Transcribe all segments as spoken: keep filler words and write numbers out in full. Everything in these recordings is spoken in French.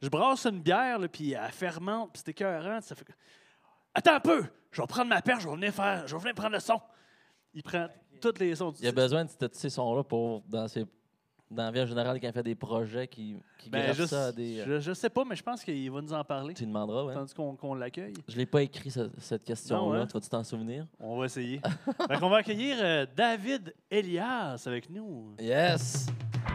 Je brasse une bière, là, puis elle fermente, puis c'est écœurant. Ça fait... Attends un peu! Je vais prendre ma perche, je vais venir faire, je vais venir prendre le son. Il prend tous les sons. Il y a besoin de ces- ces sons-là pour, dans, ses, dans la vie en général, quand il fait des projets qui, qui Ben, graffent je, ça à des... euh, je, je sais pas, mais je pense qu'il va nous en parler. Tu demanderas, ouais. Tandis qu'on qu'on l'accueille. Je l'ai pas écrit, ce- cette question-là. Non, hein? Tu vas-tu t'en souvenir? On va essayer. Fait qu'on va accueillir euh, David Elias avec nous. Yes!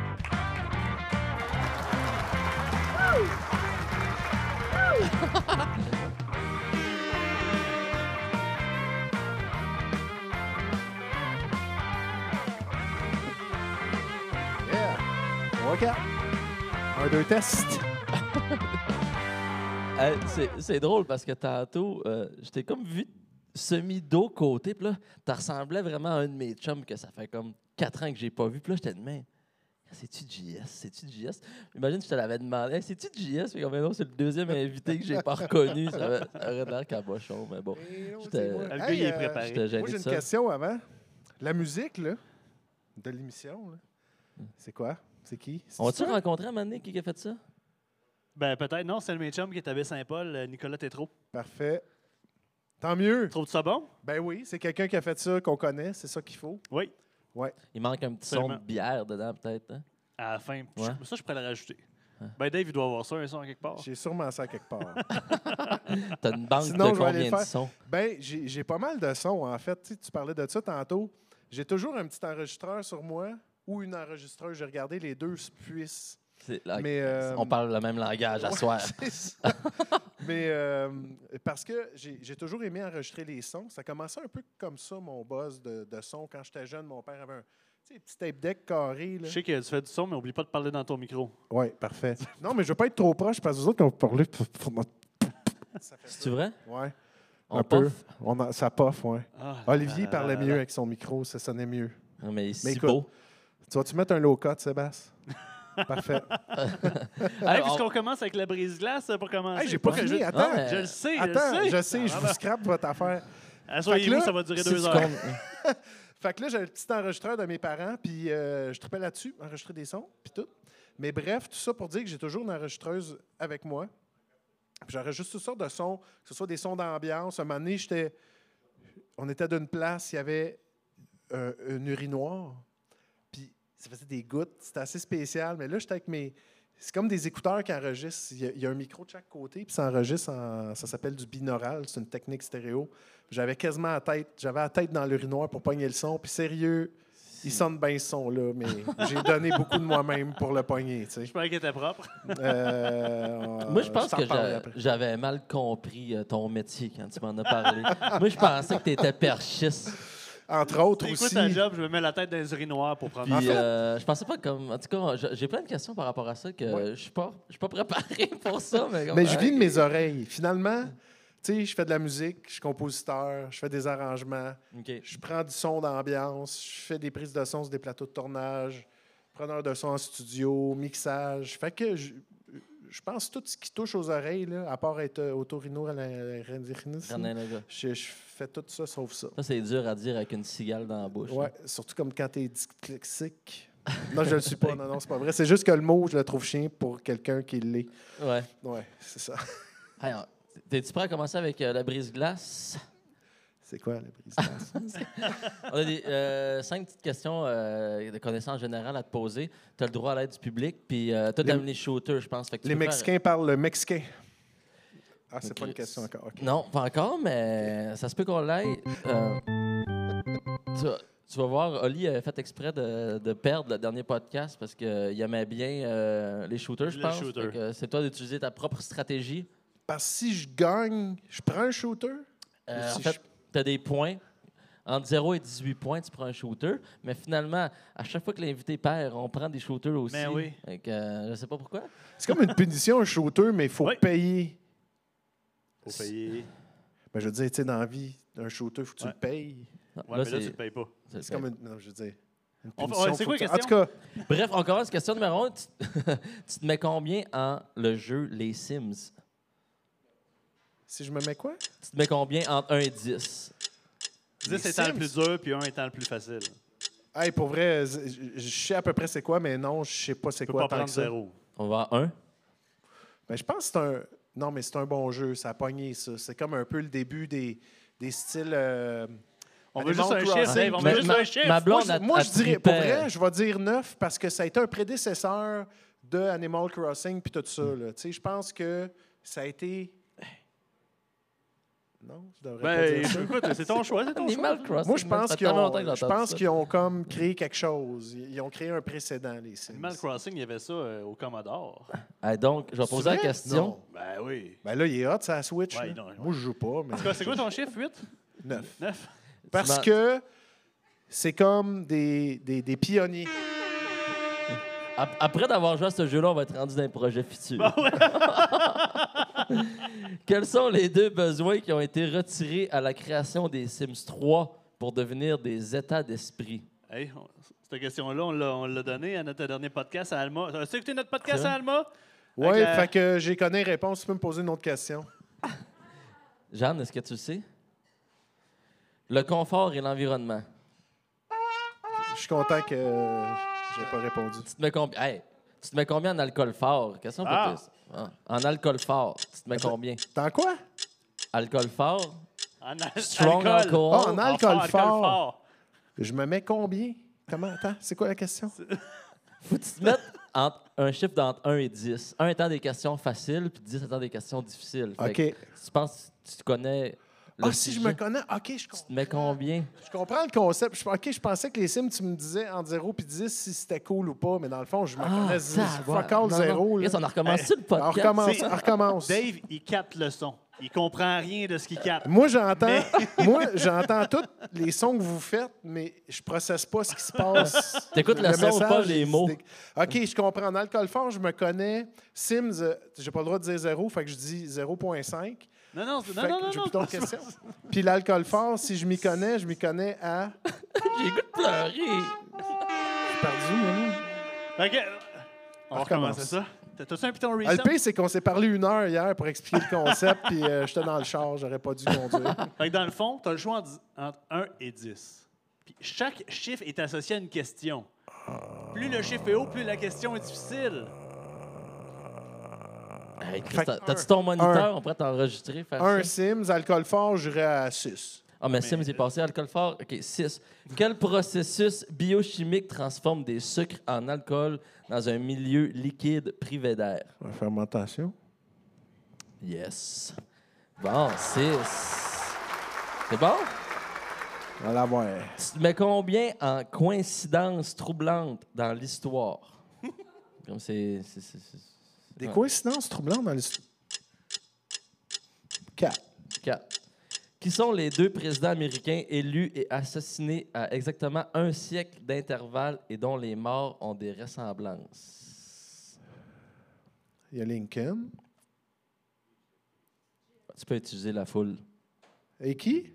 Yeah! OK. Un, deux, test. Hey, c'est- c'est drôle parce que tantôt, euh, je t'ai comme vu semi-dos côté, puis là, tu ressemblais vraiment à un de mes chums que ça fait comme quatre ans que j'ai pas vu. Puis là, j'étais de même. C'est-tu J S? C'est-tu J S? Imagine que je te l'avais demandé. Hey, c'est-tu J S? Puis comme, mais non, c'est le deuxième invité que j'ai pas reconnu. Ça avait- ça aurait l'air cabochon, mais bon. Et non, J'étais- c'est moi. Le gars, Hey, il est euh, préparé. J'étais gêné Moi, j'ai de une ça. question avant. La musique, là, de l'émission, là, c'est quoi? C'est qui? C'est On va-tu toi? rencontrer un moment donné qui a fait ça? Ben, peut-être non, c'est le mes chum qui est à Baie-Saint-Paul, euh, Nicolas Tétrault. Parfait. Tant mieux. Trouves-tu ça bon? Ben oui, c'est quelqu'un qui a fait ça, qu'on connaît. C'est ça qu'il faut. Oui. Ouais. Il manque un petit son Absolument. de bière dedans, peut-être. Hein? À la fin. Je- Ouais. Ça, je pourrais le rajouter. Ben, Dave, il doit avoir ça, un son quelque part. J'ai sûrement ça quelque part. T'as une banque Sinon, de je vais aller combien le de faire. sons? Ben, j'ai j'ai pas mal de sons, en fait. Tu sais, tu parlais de ça tantôt. J'ai toujours un petit enregistreur sur moi ou une enregistreuse. J'ai regardé, les deux se puissent. C'est- là, Mais, euh, On parle le même langage à Ouais, soir. c'est ça. Mais euh, parce que j'ai j'ai toujours aimé enregistrer les sons. Ça commençait un peu comme ça, mon buzz de, de son. Quand j'étais jeune, mon père avait un tu sais, petit tape deck carré. Je Là. sais que tu fais du son, mais oublie pas de parler dans ton micro. Oui, parfait. Non, mais je veux pas être trop proche parce que vous autres, quand vous parlez... Ça fait C'est vrai? Ouais, On un peu. puff? On a- ça poffe, ouais. Ah, Olivier là, parlait là, mieux là. avec son micro, ça sonnait mieux. Non, mais c'est Mais si écoute, beau. Tu vas-tu mettre un low cut, Sébastien? Parfait. Hey, Alors, puisqu'on commence avec la brise-glace pour commencer. Hey, j'ai pas que fini, je... attends. Non, mais- Je le sais, je Attends, le sais. je sais, je vous scrape votre affaire. Assoyez-vous, là, ça va durer si deux tu heures. comptes- Fait que là, j'ai le petit enregistreur de mes parents, puis euh, je tripais là-dessus, enregistrer des sons, puis tout. Mais bref, tout ça pour dire que j'ai toujours une enregistreuse avec moi. Puis j'enregistre toutes sortes de sons, que ce soit des sons d'ambiance. Un moment donné, j'étais... on était d'une place, il y avait euh, une urinoir, puis ça faisait des gouttes. C'était assez spécial, mais là, j'étais avec mes... C'est comme des écouteurs qui enregistrent. Il y a, il y a un micro de chaque côté, puis ça enregistre en... Ça s'appelle du binaural, c'est une technique stéréo. J'avais quasiment la tête, j'avais la tête dans l'urinoir pour pogner le son, puis sérieux, il sonne bien ce son-là, mais j'ai donné beaucoup de moi-même pour le pogner, tu sais. Je parlais qu'il était propre. Euh, Moi, je pense t'en que parlerai j'a- après. j'avais mal compris euh, ton métier quand tu m'en as parlé. Moi, je pensais que tu étais perchiste. Entre autres C'est quoi aussi. ta job? Je me mets la tête dans les urinoirs pour prendre... Puis, En fait- euh, je pensais pas comme. En tout cas, je- j'ai plein de questions par rapport à ça que Ouais. je suis pas, je suis pas préparé pour ça. Mais, comme, Mais je vis de ok. mes oreilles. Finalement, tu sais, je fais de la musique, je suis compositeur, je fais des arrangements, Ok. je prends du son d'ambiance, je fais des prises de son sur des plateaux de tournage, preneur de son en studio, mixage. Fait que je, je pense tout ce qui touche aux oreilles, là, à part être euh, otorino-rhinopharyngien, René Léga. je, je fais tout ça sauf ça. Ça, c'est dur à dire avec une cigale dans la bouche. Ouais, surtout comme quand t'es dyslexique. Non, je le suis pas. Non, non, c'est pas vrai. C'est juste que le mot, je le trouve chien pour quelqu'un qui l'est. hein. Ouais. Ouais, c'est ça. Hey, on- T'es-tu prêt à commencer avec euh, la brise-glace? C'est quoi la brise-glace? On a des, euh, cinq petites questions euh, de connaissances générales à te poser. Tu as le droit à l'aide du public. Puis, euh, toi, Les- t'as amené shooter, je pense. Fait que tu Les peux faire- Mexicains parlent le mexicain. Ah, c'est Ok. pas une question encore. OK. Non, pas encore, mais ça se peut qu'on l'aille. Euh, tu, vas- tu vas voir, Oli a fait exprès de, de perdre le dernier podcast parce qu'il aimait bien euh, les shooters, je Les pense. shooters. Fait que c'est toi d'utiliser ta propre stratégie. Parce que si je gagne, je prends un shooter. Euh, Ou en si fait, je- tu as des points. Entre zéro et dix-huit points, tu prends un shooter. Mais finalement, à chaque fois que l'invité perd, on prend des shooters aussi. Ben oui. Fait que, euh, je sais pas pourquoi. C'est comme une punition, un shooter, mais il faut Oui. payer. Faut payer. Ben, je veux dire, tu sais, dans la vie, un shooter, il faut que tu Ouais. le payes. Non, Ouais, là, mais là, c'est- tu ne payes pas. c'est- C'est comme une. Non, je veux dire. Une On- punition, ouais, c'est faut quoi que la tu- En tout cas, Bref, on commence. Question numéro un. Tu, tu te mets combien en le jeu Les Sims? si je me mets quoi? Tu te mets combien entre un et dix? dix Les étant le Sims? plus dur, puis un étant le plus facile. Hey, pour vrai, je je sais à peu près c'est quoi, mais non, je sais pas c'est Tu peux quoi pas tant prendre que ça. zéro. On va à un. Ben, je pense que c'est un... Non, mais c'est un bon jeu. Ça a pogné, ça. C'est comme un peu le début des, des styles... euh, On veut Animal juste un Crossing. chiffre, Dave. On Mais veut juste ma- un chiffre. ma blonde Moi, je, a- moi, a je dirais, pour trippé. vrai, je vais dire neuf parce que ça a été un prédécesseur de Animal Crossing puis tout ça. là. Tu sais, je pense que ça a été... Non, je devrais pas Ben, dire ça. écoute, c'est ton choix, c'est ton choix. Animal Crossing. Moi, je man, pense ça fait qu'ils tellement ont, longtemps que j'ai je entendu pense ça. qu'ils ont comme créé quelque chose. Ils ont créé un précédent, les Sims. Animal Crossing, il y avait ça euh, au Commodore. Ah, donc, je vais C'est poser la vrai? question. Non. Ben oui. Ben là, il est hot, ça la Switch. Ouais, là. non, ouais. Moi, je joue pas, mais... En tout cas, c'est quoi ton chiffre? huit? neuf. neuf? Parce m'as- que c'est comme des, des, des pionniers. Ap- Après d'avoir joué à ce jeu-là, on va être rendu dans les projets futurs. Ben ouais. Quels sont les deux besoins qui ont été retirés à la création des Sims trois pour devenir des états d'esprit? Hey, on- cette question-là, on l'a, on l'a donnée à notre dernier podcast à Alma. As-tu écouté notre podcast C'est vrai? à Alma? Oui, Avec la- fait que j'ai connais les réponses. Tu peux me poser une autre question. Jeanne, est-ce que tu le sais? Le confort et l'environnement. Je suis content que euh, j'ai pas répondu. Tu te mets combien? Hey, tu te mets combien en alcool fort? Question pour Ah. tous. Ah, En alcool fort, tu te mets combien? Dans quoi? Alcool fort? En al- Strong alcool. alcohol? Ah, en alcool fort, fort. Je me mets combien? Comment? Attends, c'est quoi la question? Faut que tu te mettes entre un chiffre d'entre un et dix. un étant des questions faciles, puis dix étant des questions difficiles. Fait OK. que si tu penses que tu connais le Ah, si je sujet, me connais, OK, je, tu com- te mets combien? je comprends le concept. Je, OK, je pensais que les Sims, tu me disais entre zéro et dix si c'était cool ou pas, mais dans le fond, je me connais zéro. ça va. Fuck all Non, non. zéro. là. Yes, on a recommencé le On podcast. recommence, C'est- on recommence. Dave, il capte le son. Il comprend rien de ce qu'il capte. Moi, j'entends, moi, j'entends tous les sons que vous faites, mais je processe pas ce qui se passe. T'écoutes le son, message, pas les mots. c'est- OK, je comprends. En alcool fort, je me connais. Sims, euh, j'ai pas le droit de dire zéro, fait que je dis zéro virgule cinq. Non, non, c'est- Fait non, non, que non. j'ai non, plus d'autres questions. Puis l'alcool fort, si je m'y connais, je m'y connais à... J'ai le goût de pleurer. J'ai perdu, moi. Fait que, on va On recommence. recommencer ça. T'as- T'as-tu un piton Ah, le reset? pire, c'est qu'on s'est parlé une heure hier pour expliquer le concept, puis euh, j'étais dans le char, j'aurais pas dû conduire. Fait que dans le fond, t'as le choix entre- entre un et dix. Puis chaque chiffre est associé à une question. Plus le chiffre est haut, plus la question est difficile. Hey, Chris, Fait que t'as- T'as-tu ton moniteur? un. On pourrait t'enregistrer, faire Un ça. Sims, alcool fort, j'irais à six. Ah, mais Sims est passé alcool fort. OK, six. Quel processus biochimique transforme des sucres en alcool dans un milieu liquide privé d'air? La fermentation. Yes. Bon, six. C'est bon? On va l'avoir. Tu te mets combien en coïncidence troublante dans l'histoire? Comme c'est... c'est- c'est- c'est- Des Ouais. coïncidences troublantes dans l'histoire. Quatre. Quatre. Qui sont les deux présidents américains élus et assassinés à exactement un siècle d'intervalle et dont les morts ont des ressemblances? Il y a Lincoln. Tu peux utiliser la foule. Et qui?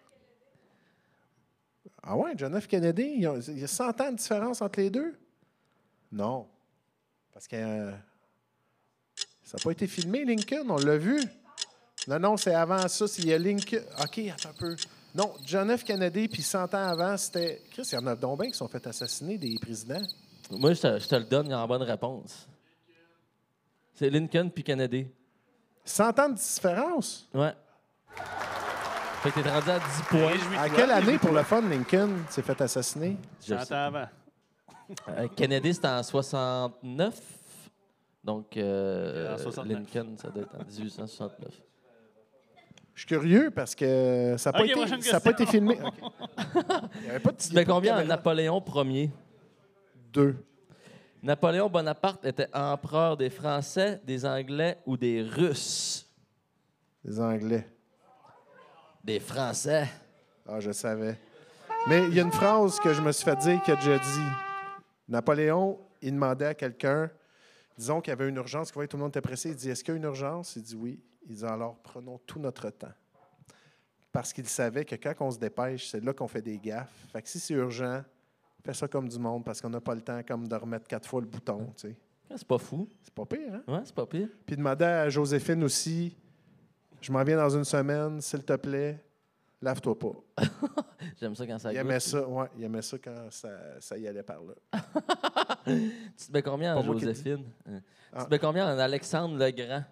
Ah ouais, John F. Kennedy. Il y a, il y a cent ans de différence entre les deux? Non. Parce que euh, ça n'a pas été filmé, Lincoln. On l'a vu. Non, non, c'est avant ça. Il y a Lincoln. OK, attends un peu. Non, John F. Kennedy, puis cent ans avant, c'était... Chris, il y en a donc bien qui sont fait assassiner, des présidents. Moi, je te, je te le donne, il y a une bonne réponse. C'est Lincoln puis Kennedy. cent ans de différence? Ouais. Fait que t'es rendu à dix points. Réjouis-toi, À quelle année, réjouis-toi. pour le fun, Lincoln s'est fait assassiner? Je Cent sais. ans avant. Euh, Kennedy, c'était en soixante-neuf. Donc, euh, En soixante-neuf. Lincoln, ça doit être en dix-huit cent soixante-neuf. Je suis curieux parce que ça n'a pas, OK, été- prochaine ça a pas été question. filmé. OK. Il y avait pas de Tu te mets combien en caméra. Napoléon Ier? Deux. Napoléon Bonaparte était empereur des Français, des Anglais ou des Russes? Les Anglais. Des Français. Ah, je savais. Mais il y a une phrase que je me suis fait dire qui a déjà dit. Napoléon, il demandait à quelqu'un, disons qu'il y avait une urgence, qu'il voyait tout le monde était pressé. Il dit, est-ce qu'il y a une urgence? Il dit oui. Il dit, alors prenons tout notre temps. Parce qu'il savait que quand on se dépêche, c'est là qu'on fait des gaffes. Fait que si c'est urgent, fais ça comme du monde parce qu'on n'a pas le temps comme de remettre quatre fois le bouton. Tu sais. Ah, c'est pas fou. C'est pas pire, hein? Ouais, c'est pas pire. Puis il demandait à Joséphine aussi, je m'en viens dans une semaine, s'il te plaît, lave-toi pas. J'aime ça quand ça Il goûte. aimait ça, ouais, il aimait ça quand ça, ça y allait par là. Tu te mets combien en Pas moi qui le Joséphine? Hein? Ah. Tu te mets combien en Alexandre le Grand?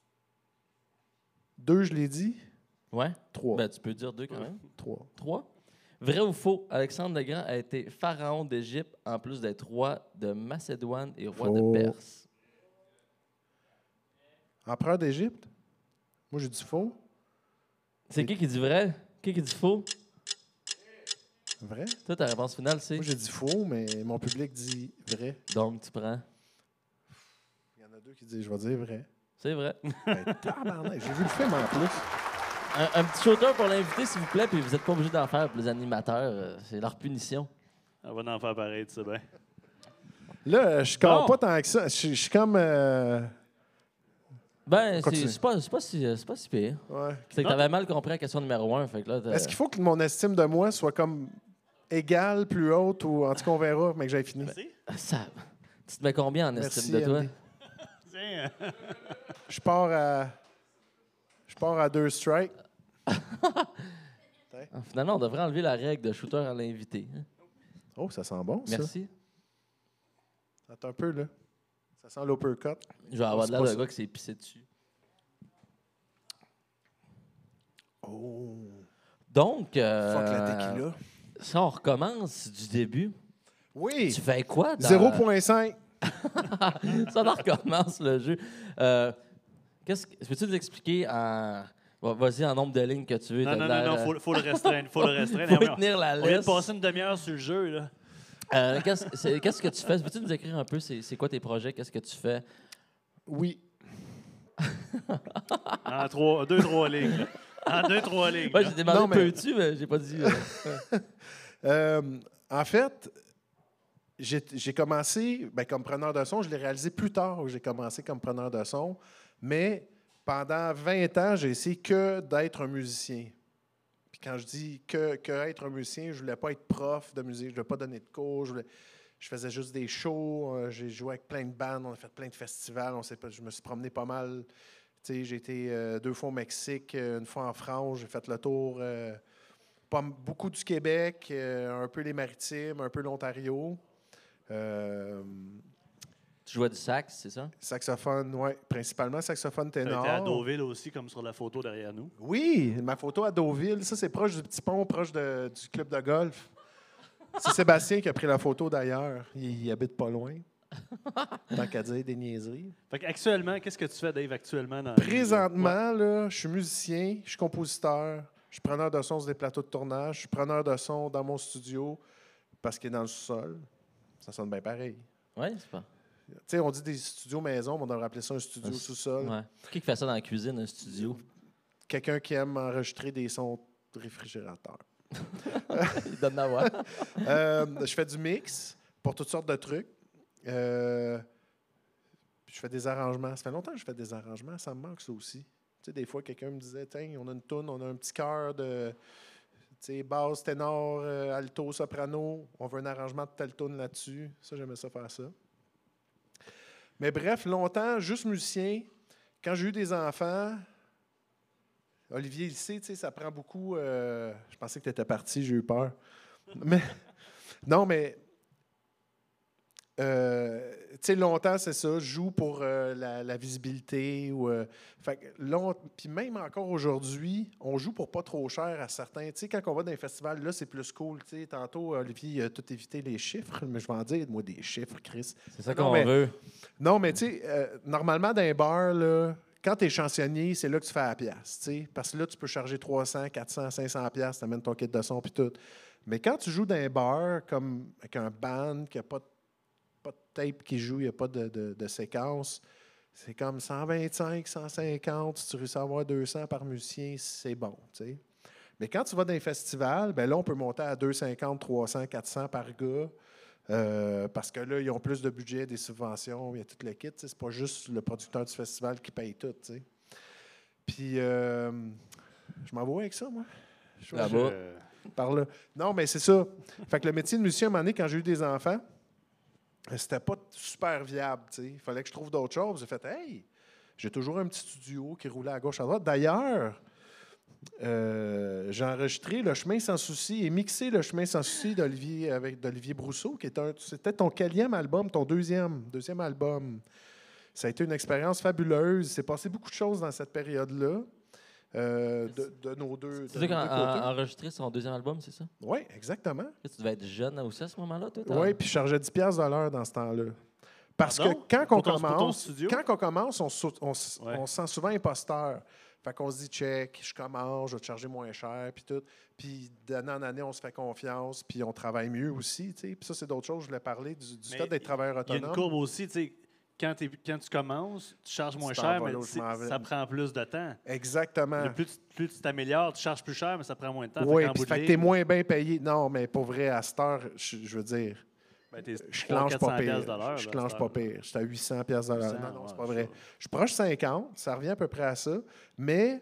Deux, je l'ai dit. Ouais? Trois. Ben, tu peux dire deux quand même. Trois. Trois? Vrai ou faux, Alexandre le Grand a été pharaon d'Égypte en plus d'être roi de Macédoine et roi Faux. de Perse. Empereur d'Égypte? Moi, j'ai dit faux. C'est qui qui dit vrai? Qui qui dit faux? Vrai? Toi, ta réponse finale, c'est... Moi, j'ai dit faux, mais mon public dit vrai. Donc, tu prends. Il y en a deux qui disent, je vais dire vrai. C'est vrai. Ben, tabarnak, j'ai vu le film en plus. Un, un petit shooter pour l'invité, s'il vous plaît, puis vous n'êtes pas obligé d'en faire pour les animateurs. euh, C'est leur punition. On va en faire pareil, tu sais bien. Là, je ne Bon. pas tant que ça. Je je suis comme. euh, Ben, c'est Continue. c'est pas, c'est pas, si, c'est pas si pire. ouais. C'est que t'avais mal compris la question numéro un. Fait que là, t'as- Est-ce qu'il faut que mon estime de moi soit comme égale, plus haute, ou en tout cas, on verra, mais que j'ai fini? Merci. Ça... Tu te mets combien en Merci, estime de toi? Andy. Tiens. Je pars à. Je pars à deux strikes. Ah, finalement, on devrait enlever la règle de shooter à l'invité. hein. Oh, ça sent bon, ça. Merci. Attends un peu, là. Ça sent l'uppercut. Je vais avoir c'est de l'air pas de ça. gars qui s'est pissé dessus. Oh. Donc, euh, Fuck la tequila. si on recommence du début, Oui. tu fais quoi? Dans... zéro virgule cinq. Ça, on recommence le jeu. Euh, qu'est-ce que... Peux-tu nous expliquer en... Va- Vas-y, en nombre de lignes que tu veux. Non, t'as non, de non, l'air, non, euh, faut, faut le restreindre. Faut le restreindre. faut y On- tenir la On vient de laisse. passer une demi-heure sur le jeu, là. Euh, qu'est-ce, c'est- qu'est-ce que tu fais? Peux-tu nous écrire un peu c'est, c'est quoi tes projets? Qu'est-ce que tu fais? Oui. En trois, deux, trois lignes. là. En deux, trois lignes. Ouais, là. j'ai demandé Non, mais- peux-tu, mais j'ai pas dit. euh, Euh, en fait, j'ai j'ai commencé ben, comme preneur de son. Je l'ai réalisé plus tard où j'ai commencé comme preneur de son. Mais pendant vingt ans, j'ai essayé que d'être un musicien. Puis quand je dis que, que être un musicien, je ne voulais pas être prof de musique, je ne voulais pas donner de cours. Je, voulais- je faisais juste des shows. euh, J'ai joué avec plein de bandes, on a fait plein de festivals. On s'est pas- je me suis promené pas mal. Tu sais, j'ai été euh, deux fois au Mexique, euh, une fois en France. J'ai fait le tour. euh, pas m- beaucoup du Québec, euh, un peu les Maritimes, un peu l'Ontario. Euh, Tu jouais du sax, c'est ça? saxophone, oui, principalement saxophone T'as été ténor. à Deauville aussi, comme sur la photo derrière nous. Oui, ma photo à Deauville, ça c'est proche du petit pont, proche de- du club de golf. C'est Sébastien qui a pris la photo d'ailleurs. Il, il habite pas loin. Tant qu'à dire des niaiseries. Fait qu'actuellement, qu'est-ce que tu fais, Dave, actuellement? Dans la vie, là? Présentement, là, je suis musicien, je suis compositeur, je suis preneur de son sur des plateaux de tournage, je suis preneur de son dans mon studio parce qu'il est dans le sous-sol. Ça sonne bien pareil. Oui, c'est pas. Tu sais, on dit des studios maison, mais on devrait appeler ça un studio Un s- sous-sol. Ouais. Qui qui fait ça dans la cuisine, un studio? Quelqu'un qui aime enregistrer des sons de réfrigérateur. Il donne à voir. Euh, je fais du mix pour toutes sortes de trucs. Euh, je fais des arrangements. Ça fait longtemps que je fais des arrangements. Ça me manque, ça aussi. Tu sais, des fois, quelqu'un me disait, tiens, on a une toune, on a un petit cœur de tu sais, basse, ténor, euh, alto, soprano. On veut un arrangement de telle toune là-dessus. Ça, j'aimais ça faire ça. Mais bref, longtemps, juste musicien. Quand j'ai eu des enfants, Olivier, il sait, tu sais, ça prend beaucoup. euh, je pensais que tu étais parti, j'ai eu peur. Mais non, mais euh, tu sais, longtemps, c'est ça. Je joue pour euh, la, la visibilité. Ou, euh, fait que long- puis même encore aujourd'hui, on joue pour pas trop cher à certains. Tu sais, quand on va dans les festivals, là, c'est plus cool. Tu sais, tantôt, Olivier il a tout évité les chiffres, mais je vais en dire, moi, des chiffres, Chris. C'est ça Non, qu'on mais- veut. Non, mais tu sais, euh, normalement, dans un bar, là, quand tu es chansonnier, c'est là que tu fais la pièce. tu sais, Parce que là, tu peux charger trois cents, quatre cents, cinq cents pièces, tu amènes ton kit de son puis tout. Mais quand tu joues dans un bar, comme avec un band qui n'a pas, de- pas de tape qui joue, il n'y a pas de, de- de séquence, c'est comme cent vingt-cinq, cent cinquante. Si tu réussis à avoir deux cents par musicien, c'est bon. tu sais. Mais quand tu vas dans un festival, ben là, on peut monter à deux cent cinquante, trois cents, quatre cents par gars. Euh, parce que là, ils ont plus de budget, des subventions, il y a tout le kit. tu sais. C'est pas juste le producteur du festival qui paye tout. tu sais. Puis, euh, je m'en vais avec ça, moi. Je- Là-bas. Euh, par là. Non, mais c'est ça. Fait que le métier de musicien, à un moment donné, quand j'ai eu des enfants, c'était pas super viable. tu sais. Il fallait que je trouve d'autres choses. J'ai fait, hey, j'ai toujours un petit studio qui roulait à gauche, à droite. D'ailleurs, euh, j'ai enregistré Le chemin sans souci et mixé Le chemin sans souci d'Olivier avec d'Olivier Brousseau, qui est un, c'était ton quatrième album, ton deuxième, deuxième album. Ça a été une expérience fabuleuse. Il s'est passé beaucoup de choses dans cette période-là. Euh, de, de nos deux. C'est ça qu'on a enregistré son deuxième album, c'est ça? Oui, exactement. Tu devais être jeune aussi à ce moment-là, toi? Oui, puis je chargeais dix dollars de l'heure dans ce temps-là. Parce Pardon? que quand on, ton, commence, studio? quand on commence, on, se- on, se- Ouais. on se sent souvent imposteur. Fait qu'on se dit, check, je commence, je vais te charger moins cher, puis tout. Puis d'année en année, on se fait confiance, puis on travaille mieux aussi. T'sais. Puis ça, c'est d'autres choses. Je voulais parler du, du Mais fait d'être travailleur Il y a autonome. une courbe aussi, tu sais. Quand, t'es- quand tu commences, tu charges moins Tu t'en cher, vas mais là où je c'est- m'en vais. ça prend plus de temps. Exactement. Le plus, tu- plus tu t'améliores, tu charges plus cher, mais ça prend moins de temps. Oui, Fait qu'en puis bout de fait que ligne, t'es moins bien payé. Non, mais pour vrai, à cette heure, je, je veux dire, ben, t'es je trois clenche cents, pas quatre cents pire. piastres de l'heure, Je là, clenche à pas cette heure. pire. J'étais à huit cents piastres de l'heure. huit cents, Non, non, c'est ouais, pas ça. vrai. Je suis proche de cinquante, ça revient à peu près à ça, mais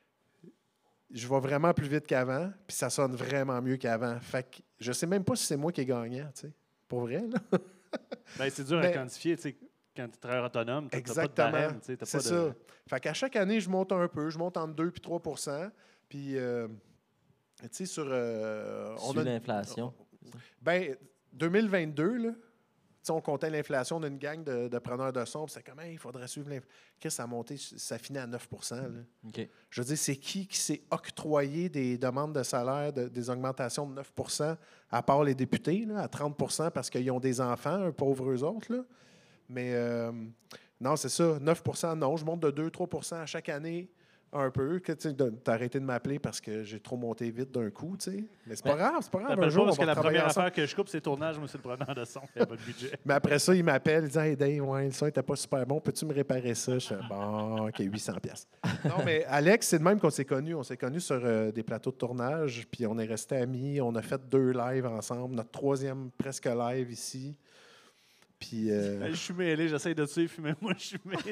je vais vraiment plus vite qu'avant, puis ça sonne vraiment mieux qu'avant. Fait que je sais même pas si c'est moi qui ai gagnant, tu sais. Pour vrai, là. Ben, c'est dur Mais- à quantifier, tu sais. Quand tu es travailleur autonome, tu n'as pas de Exactement. barème. tu sais, t'as C'est pas de... ça. Fait qu'à chaque année, je monte un peu. Je monte entre deux et trois Puis, euh, tu sais, sur... euh, Suit l'inflation. Ben, deux mille vingt-deux, là, tu sais, on comptait l'inflation d'une gang de, de preneurs de son. Puis c'est comme, hey, il faudrait suivre l'inflation. Qu'est-ce que ça a monté? Ça finit à neuf là. OK. Je veux dire, c'est qui qui s'est octroyé des demandes de salaire, de- des augmentations de neuf à part les députés, là, à trente parce qu'ils ont des enfants, un pauvre eux autres, là. Mais euh, non, c'est ça, neuf non. Je monte de deux à trois à chaque année, un peu. Tu as arrêté de m'appeler parce que j'ai trop monté vite d'un coup, tu sais. Mais c'est pas Mais- grave, c'est pas grave. Un Rappelle jour, pas, on parce que va la travailler première ensemble. affaire que je coupe, c'est le tournage. Moi, c'est le preneur de son. Il n'y a pas de budget. Mais après ça, il m'appelle, il dit « Hey Dave, ouais, le son n'était pas super bon, peux-tu me réparer ça? » Je fais « Bon, OK, huit cents piastres. » Non, mais Alex, c'est de même qu'on s'est connus. On s'est connus sur euh, des plateaux de tournage, puis on est restés amis. On a fait deux lives ensemble, notre troisième presque live ici. Puis... euh, Je suis mêlé, j'essaie de te suivre, mais moi, je suis mêlé.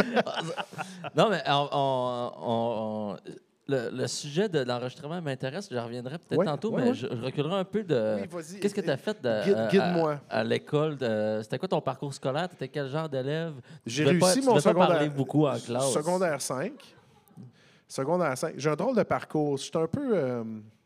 Non, mais on, on- on- on- le, le sujet de l'enregistrement m'intéresse. Je reviendrai peut-être Ouais, tantôt, ouais, mais ouais. je, je reculerai un peu de. oui, vas-y. Qu'est-ce que tu as fait de, Guide- euh, guide-moi. à, à l'école? de- C'était quoi ton parcours scolaire? Tu étais quel genre d'élève? J'ai Tu devais pas- réussi tu mon devais pas secondaire. parler beaucoup en classe. Secondaire cinq. Secondaire cinq. J'ai un drôle de parcours. Je suis un peu. euh,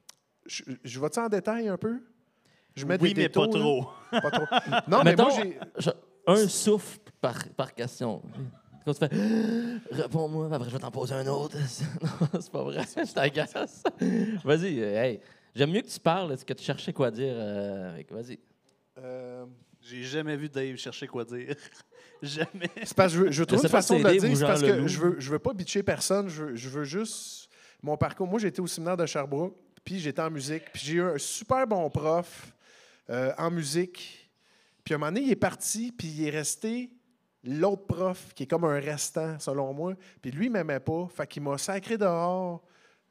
je je vais-tu en détail un peu? Je mets Oui, des mais pas détours, là. trop. Pas trop. Non, mais Mettons, moi, j'ai. je- un souffle par, par question. Quand tu fais réponds-moi, puis après je vais t'en poser un autre. Non, c'est pas vrai, je t'agace. Vas-y, euh, hey. J'aime mieux que tu parles. Est-ce que tu cherchais quoi dire euh, avec. Vas-y. euh, J'ai jamais vu Dave chercher quoi dire. Jamais. c'est parce que je veux, je veux trouver sais une pas façon si de c'est le Dave dire. ou C'est Jean parce que Leloup. je veux, je veux pas bitcher personne. Je veux, je veux juste. Mon parcours. Moi, j'ai été au séminaire de Sherbrooke, puis j'étais en musique, puis j'ai eu un super bon prof euh, en musique. Puis à un moment donné, il est parti, puis il est resté l'autre prof, qui est comme un restant, selon moi. Puis lui, il m'aimait pas. Fait qu'il m'a sacré dehors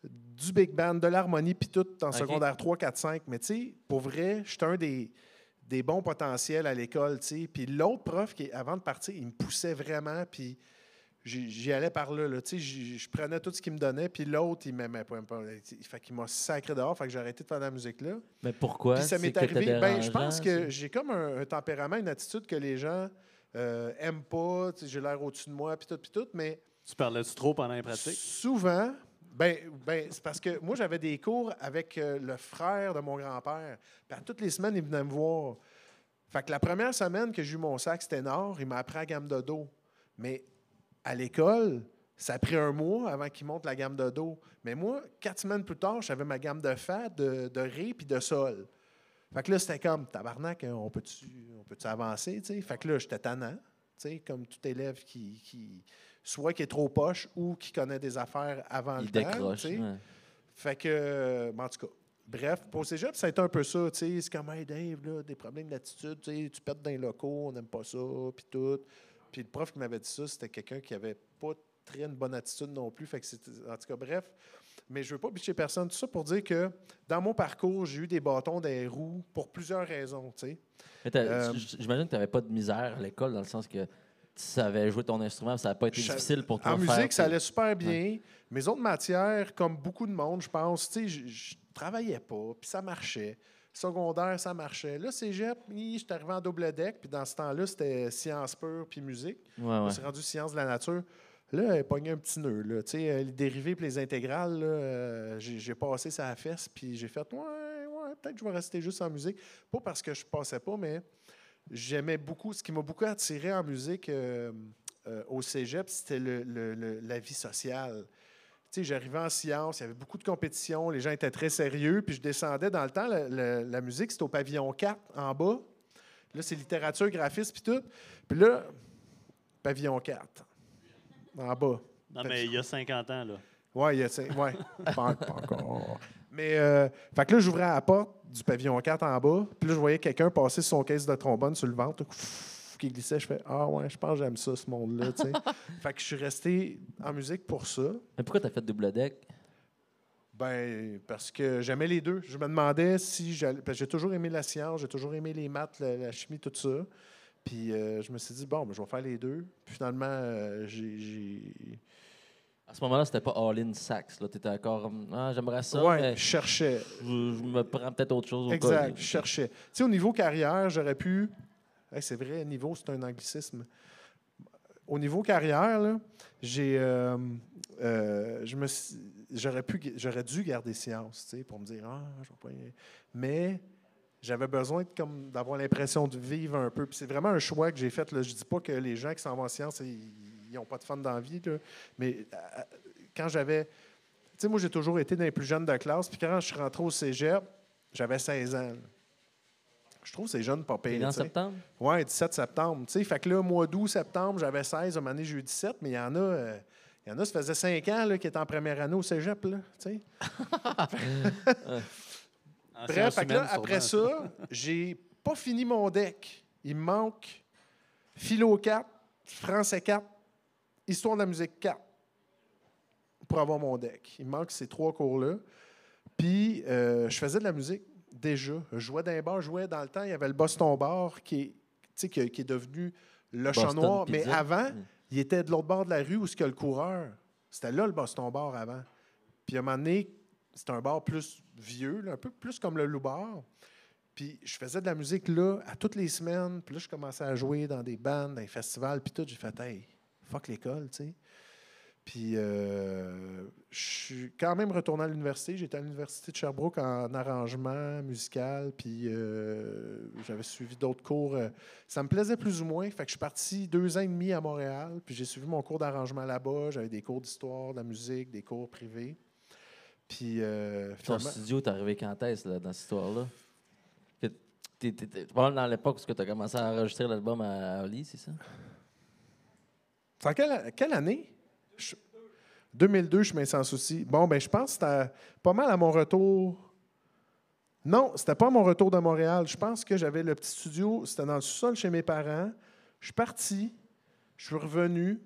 du big band, de l'harmonie, puis tout en OK. secondaire trois, quatre, cinq. Mais tu sais, pour vrai, j'étais un des, des bons potentiels à l'école, tu sais. Puis l'autre prof, qui, avant de partir, il me poussait vraiment, puis j'y j'y allais par là, là. Tu sais, j'y- je prenais tout ce qu'il me donnait, puis l'autre, il m'aimait pas. pas. Fait qu'il m'a sacré dehors, fait que j'ai arrêté de faire de la musique là. Mais pourquoi? Puis ça C'est m'est que t'étais arrivé. Ben, je pense dérangeant, que c'est- j'ai comme un, un tempérament, une attitude que les gens euh, aiment pas. Tu sais, j'ai l'air au-dessus de moi, puis tout, puis tout. Mais Tu parlais-tu trop pendant les pratiques? souvent, ben, ben, c'est parce que moi, j'avais des cours avec euh, le frère de mon grand-père. Puis à toutes les semaines, il venait me voir. Fait que la première semaine que j'ai eu mon sax ténor, il m'a appris la gamme de do. Mais à l'école, ça a pris un mois avant qu'il monte la gamme de do. Mais moi, quatre semaines plus tard, j'avais ma gamme de fa, de, de ré puis de sol. Fait que là, c'était comme, tabarnak, on peut-tu on peut avancer, tu sais? Fait que là, j'étais tannant, tu sais, comme tout élève qui, qui, soit qui est trop poche ou qui connaît des affaires avant Il le temps, décroche. tu sais. ouais. Fait que, euh, ben, en tout cas, bref, pour cégep, ça a été un peu ça, tu sais. C'est comme, hey Dave, là, des problèmes d'attitude, tu sais, tu pètes dans les locaux, on n'aime pas ça, puis tout. Puis le prof qui m'avait dit ça, c'était quelqu'un qui avait pas très une bonne attitude non plus. Fait que c'était, en tout cas, bref. Mais je veux pas bitcher personne. Tout ça pour dire que dans mon parcours, j'ai eu des bâtons des roues pour plusieurs raisons, tu sais. Mais t'as- Euh, j- J'imagine que tu n'avais pas de misère à l'école, dans le sens que tu savais jouer ton instrument, ça n'a pas été Je- difficile pour toi En de faire musique, ça tes- allait super bien. Mes autres matières, comme beaucoup de monde, je pense, tu sais, je, je travaillais pas, puis ça marchait. Secondaire, ça marchait. Là, cégep, hi, j'étais arrivé en double deck, puis dans ce temps-là, c'était sciences pures puis musique. Ouais, ouais. On s'est rendu sciences de la nature. Là, elle pognait un petit nœud. Là. Tu sais, les dérivés et les intégrales, là, euh, j'ai, j'ai passé ça à la fesse, puis j'ai fait, ouais, ouais, peut-être que je vais rester juste en musique. Pas parce que je passais pas, mais j'aimais beaucoup. Ce qui m'a beaucoup attiré en musique euh, euh, au cégep, c'était le, le- le- la vie sociale. Tu sais, j'arrivais en sciences, il y avait beaucoup de compétitions, les gens étaient très sérieux, puis je descendais dans le temps, la, la- la musique, c'était au pavillon quatre, en bas. Là, c'est littérature, graphisme, puis tout. Puis là, pavillon quatre, en bas. Non, mais il y a cinquante ans, là. Oui, il y a, c'est- ouais, pas, pas encore. Mais, euh, fait que là, j'ouvrais la porte du pavillon quatre en bas, puis là, je voyais quelqu'un passer son caisse de trombone sur le ventre, pff, qui glissait. Je fais, ah ouais, je pense que j'aime ça, ce monde-là, tu sais. Fait que je suis resté en musique pour ça. Mais pourquoi t'as fait double deck? Ben, parce que j'aimais les deux. Je me demandais si j'allais. Parce que j'ai toujours aimé la science, j'ai toujours aimé les maths, la, la chimie, tout ça. Puis euh, je me suis dit, bon, ben, je vais faire les deux. Puis finalement, euh, j'ai. j'ai... À ce moment-là, c'était pas all-in sax. Tu étais encore comme, ah, j'aimerais ça, Ouais, mais je cherchais. je, je me prends peut-être autre chose au cas. Exact, je cherchais. Tu sais, au niveau carrière, j'aurais pu. Hey, c'est vrai, niveau, c'est un anglicisme. Au niveau carrière, là, j'ai. euh, euh, je me suis- j'aurais pu, j'aurais dû garder sciences, tu sais, pour me dire, ah, je vais pas. y- Mais j'avais besoin de, comme, d'avoir l'impression de vivre un peu. Puis c'est vraiment un choix que j'ai fait. Là. Je dis pas que les gens qui s'en vont en sciences, ils n'ont pas de fun dans la vie. Là. Mais euh, quand j'avais. Tu sais, moi, j'ai toujours été dans les plus jeunes de la classe. Puis quand je suis rentré au cégep, j'avais seize ans. là. Je trouve que c'est jeune, pas T'es pire. né en tu sais. septembre? Oui, dix-sept septembre. Tu sais, fait que là, mois d'août, septembre, j'avais seize, à un moment donné, j'ai eu dix-sept, mais il y en a, euh, il y en a, ça faisait cinq ans là, qui étaient en première année au cégep. Là, tu sais. En Bref, sciences fait que là, humaines, après sûrement. ça, j'ai pas fini mon deck. Il me manque philo quatre, français quatre, histoire de la musique quatre pour avoir mon deck. Il me manque ces trois cours-là. Puis, euh, je faisais de la musique déjà. Je jouais dans un bar, je jouais dans le temps, il y avait le Boston Bar qui est, tu sais, qui, qui est devenu le Chat Boston Noir. Mais Pizza. avant, Mm. il était de l'autre bord de la rue où ce que le coureur. C'était là le Boston Bar avant. Puis à un moment donné, c'était un bar plus vieux, là, un peu plus comme le Lou Bar. Puis je faisais de la musique là à toutes les semaines. Puis là, je commençais à jouer dans des bandes, dans des festivals. Puis tout, j'ai fait, hey, fuck l'école, tu sais. Puis euh, je suis quand même retourné à l'université. J'étais à l'université de Sherbrooke en arrangement musical. Puis euh, j'avais suivi d'autres cours. Euh, Ça me plaisait plus ou moins. Fait que je suis parti deux ans et demi à Montréal. Puis j'ai suivi mon cours d'arrangement là-bas. J'avais des cours d'histoire, de la musique, des cours privés. Puis euh, Ton finalement, studio, t'es arrivé quand est-ce là, dans cette histoire-là? Que t'es- t'es- t'es probablement dans l'époque où tu as commencé à enregistrer l'album à Oli, c'est ça? c'est en quelle, quelle année? Je- deux mille deux, je mets sans souci. Bon, ben je pense que c'était pas mal à mon retour. Non, c'était pas à mon retour de Montréal. Je pense que j'avais le petit studio, c'était dans le sous-sol chez mes parents. Je suis parti, je suis revenu,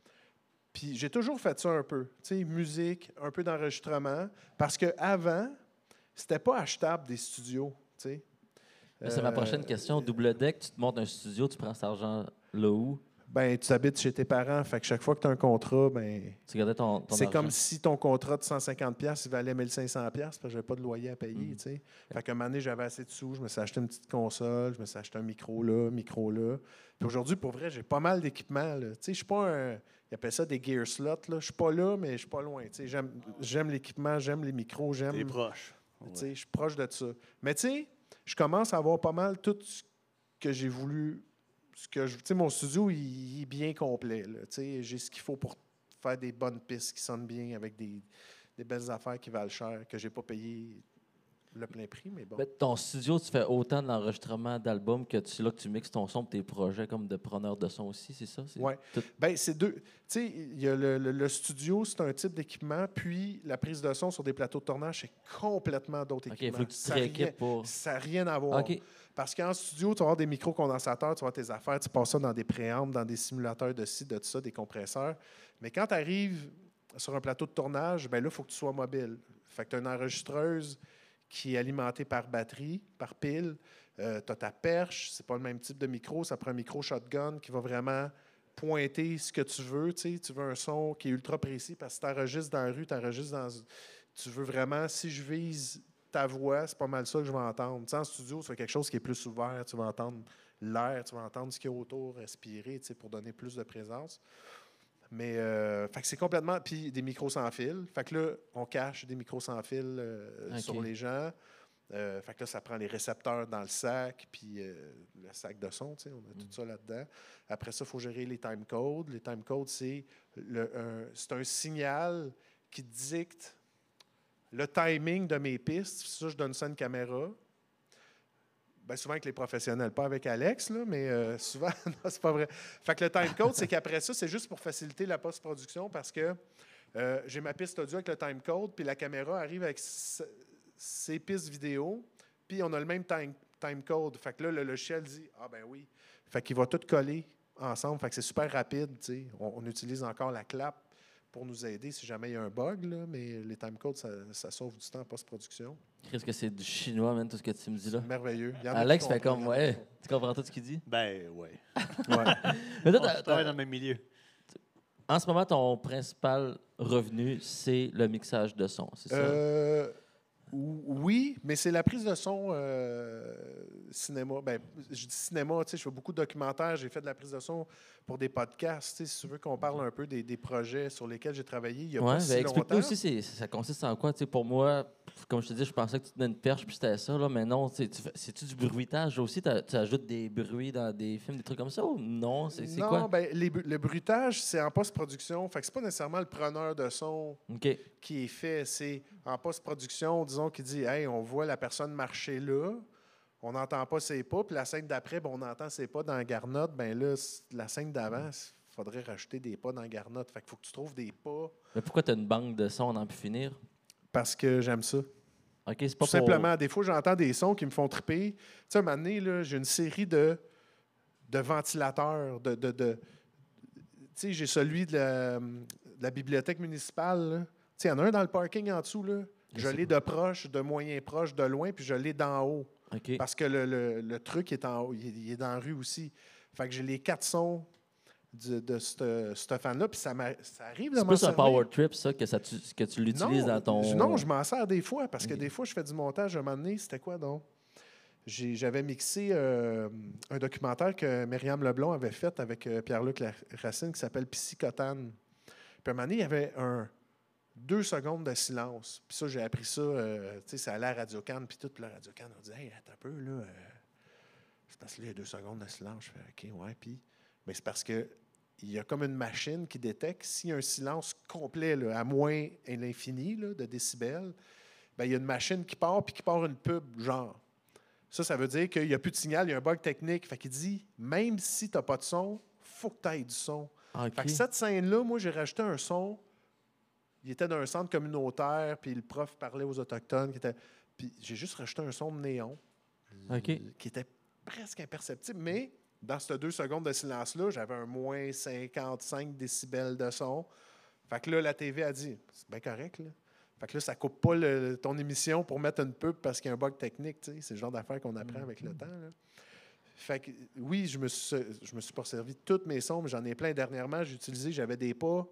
puis j'ai toujours fait ça un peu. Tu sais, musique, un peu d'enregistrement, parce qu'avant, c'était pas achetable des studios, tu sais. Là, c'est ma Euh, prochaine question. Double deck, tu te montes un studio, tu prends cet argent là où? Ben, tu habites chez tes parents, fait que chaque fois que tu as un contrat, ben, Tu gardais ton, ton c'est argent. comme si ton contrat de cent cinquante dollars il valait mille cinq cents dollars parce que j'avais pas de loyer à payer. Mm. tu sais. Fait qu'à un moment donné, j'avais assez de sous, je me suis acheté une petite console, je me suis acheté un micro là, micro là. Puis aujourd'hui, pour vrai, j'ai pas mal d'équipements. là. Tu sais, je suis pas un. Ils appellent ça des gear slots. Là. Je suis pas là, mais je suis pas loin. tu sais. J'aime, j'aime l'équipement, j'aime les micros, T'es j'aime. proche. Tu sais, je suis proche de ça. Mais tu sais, je commence à avoir pas mal tout ce que j'ai voulu. Ce que je, tu sais, mon studio, il, il est bien complet. là. Tu sais, j'ai ce qu'il faut pour faire des bonnes pistes qui sonnent bien avec des, des belles affaires qui valent cher, que j'ai pas payé le plein prix, mais bon. Ben, ton studio, tu fais autant de l'enregistrement d'albums que tu, là que tu mixes ton son pour tes projets comme de preneur de son aussi, c'est ça? C'est Ouais. tout- Ben, c'est deux. Tu sais, il y a le, le- le studio, c'est un type d'équipement, puis la prise de son sur des plateaux de tournage, c'est complètement d'autres OK, il équipements. faut que tu te Ça a rien- rééquipes pour... Ça n'a rien à voir. OK. Parce qu'en studio, tu vas avoir des micro-condensateurs, tu vas avoir tes affaires, tu passes ça dans des préambles, dans des simulateurs de ci, de ça, des compresseurs. Mais quand tu arrives sur un plateau de tournage, ben là, il faut que tu sois mobile. Fait que tu as une enregistreuse qui est alimentée par batterie, par pile. Euh, tu as ta perche, c'est pas le même type de micro, ça prend un micro shotgun qui va vraiment pointer ce que tu veux. Tu sais, tu veux un son qui est ultra précis parce que tu enregistres dans la rue, tu enregistres dans... Tu veux vraiment, si je vise ta voix, c'est pas mal ça que je vais entendre. Tu sais, en studio, tu fais quelque chose qui est plus ouvert, tu vas entendre l'air, tu vas entendre ce qu'il y a autour, respirer, tu sais, pour donner plus de présence. Mais euh, fait que c'est complètement. Puis des micros sans fil. Fait que là, on cache des micros sans fil euh, OK. sur les gens. Euh, fait que là, ça prend les récepteurs dans le sac, puis euh, le sac de son, tu sais, on a tout ça là-dedans. Après ça, il faut gérer les timecodes. Les timecodes, c'est le, un, c'est un signal qui dicte le timing de mes pistes. Ça, je donne ça à une caméra. Bien, souvent avec les professionnels, pas avec Alex, là, mais euh, souvent, non, c'est pas vrai. Fait que le timecode, c'est qu'après ça, c'est juste pour faciliter la post-production parce que euh, j'ai ma piste audio avec le timecode, puis la caméra arrive avec ses pistes vidéo, puis on a le même time, timecode. Fait que là, le logiciel dit « Ah ben oui ». Fait qu'il va tout coller ensemble. Fait que c'est super rapide, tu sais. On, on utilise encore la clap pour nous aider si jamais il y a un bug, là, mais les timecodes, ça, ça sauve du temps en post-production. Qu'est-ce que c'est du chinois, man, tout ce que tu me dis là? C'est merveilleux. Il y en a Alex qui fait comprennent, comme, il y en a ouais, qui tu comprends tout ce qu'il dit? Ben, ouais. font- Ouais. Mais toi, On t'as- travaille t'as- dans le même milieu. en ce moment, ton principal revenu, c'est le mixage de son, c'est ça? Euh, oui, mais c'est la prise de son euh, cinéma. Ben, je dis cinéma, tu sais, je fais beaucoup de documentaires, j'ai fait de la prise de son pour des podcasts. Tu sais, si tu veux qu'on parle un peu des, des projets sur lesquels j'ai travaillé il y a Ouais, pas ben, si explique-nous longtemps. aussi, c'est- ça consiste en quoi? Tu sais, pour moi, comme je te dis, je pensais que tu tenais une perche puis c'était ça, là, mais non, tu sais, tu fais- c'est-tu du bruitage aussi? T'as- Tu ajoutes des bruits dans des films, des trucs comme ça ou non? C'est c'est Non, quoi? ben, les bu- le bruitage, c'est en post-production. Fait que c'est pas nécessairement le preneur de son OK. qui est fait. C'est en post-production, disons, qui dit « Hey, on voit la personne marcher là. » On n'entend pas ses pas, puis la scène d'après, ben, on entend ses pas dans la garnotte. Ben là, c- la scène d'avant, il faudrait rajouter des pas dans la garnotte. Fait qu'il faut que tu trouves des pas Mais pourquoi tu as une banque de sons à n'en plus finir? parce que j'aime ça. OK, c'est pas Tout pour... simplement, des fois, j'entends des sons qui me font triper. Tu sais, un moment donné, là, j'ai une série de, de ventilateurs, de... de, de- tu sais, j'ai celui de la, de la bibliothèque municipale. là. Tu sais, il y en a un dans le parking en dessous. Là. Je Je sais l'ai de proche, de moyen proche, de loin, puis je l'ai d'en haut. OK. Parce que le, le- le truc est en haut, il est, il est dans la rue aussi. Fait que j'ai les quatre sons de, de ce ce fan-là, puis ça, m'a- ça arrive de C'est m'en plus un servir. power trip, ça, que, ça tu, que tu l'utilises dans ton... je- Non, je m'en sers des fois, parce que Ok. des fois, je fais du montage. À un moment donné, c'était quoi donc? J'ai- J'avais mixé euh, un documentaire que Myriam Leblond avait fait avec euh, Pierre-Luc La- Racine qui s'appelle Psychotane. Puis à un moment donné, il y avait un deux secondes de silence. Puis ça, j'ai appris ça, euh, tu sais, ça allait à Radio-Can, puis tout, puis la Radio-Can, on dit « Hey, attends un peu, là, euh, c'est parce que là, il y a deux secondes de silence. » Je fais « OK, ouais, puis... » Mais c'est parce que il y a comme une machine qui détecte s'il y a un silence complet, là, à moins et l'infini là, de décibels, bien, il y a une machine qui part puis qui part une pub, genre. Ça, ça veut dire qu'il n'y a plus de signal, il y a un bug technique. Fait qu'il dit, même si tu n'as pas de son, il faut que tu aies du son. Ah, OK. Fait que cette scène-là, moi, j'ai rajouté un son. Il était dans un centre communautaire, puis le prof parlait aux Autochtones. Qui étaient... Puis j'ai juste rajouté un son de néon OK. euh, qui était presque imperceptible, mais dans ces deux secondes de silence-là, j'avais un moins cinquante-cinq décibels de son. Fait que là, la T V a dit, c'est bien correct, là. Fait que là, ça coupe pas le- ton émission pour mettre une pub parce qu'il y a un bug technique, tu sais. C'est le genre d'affaires qu'on apprend avec le temps, là. Fait que, oui, je me suis, je me suis pas servi de tous mes sons, mais j'en ai plein. Dernièrement, j'ai utilisé, j'avais des pas.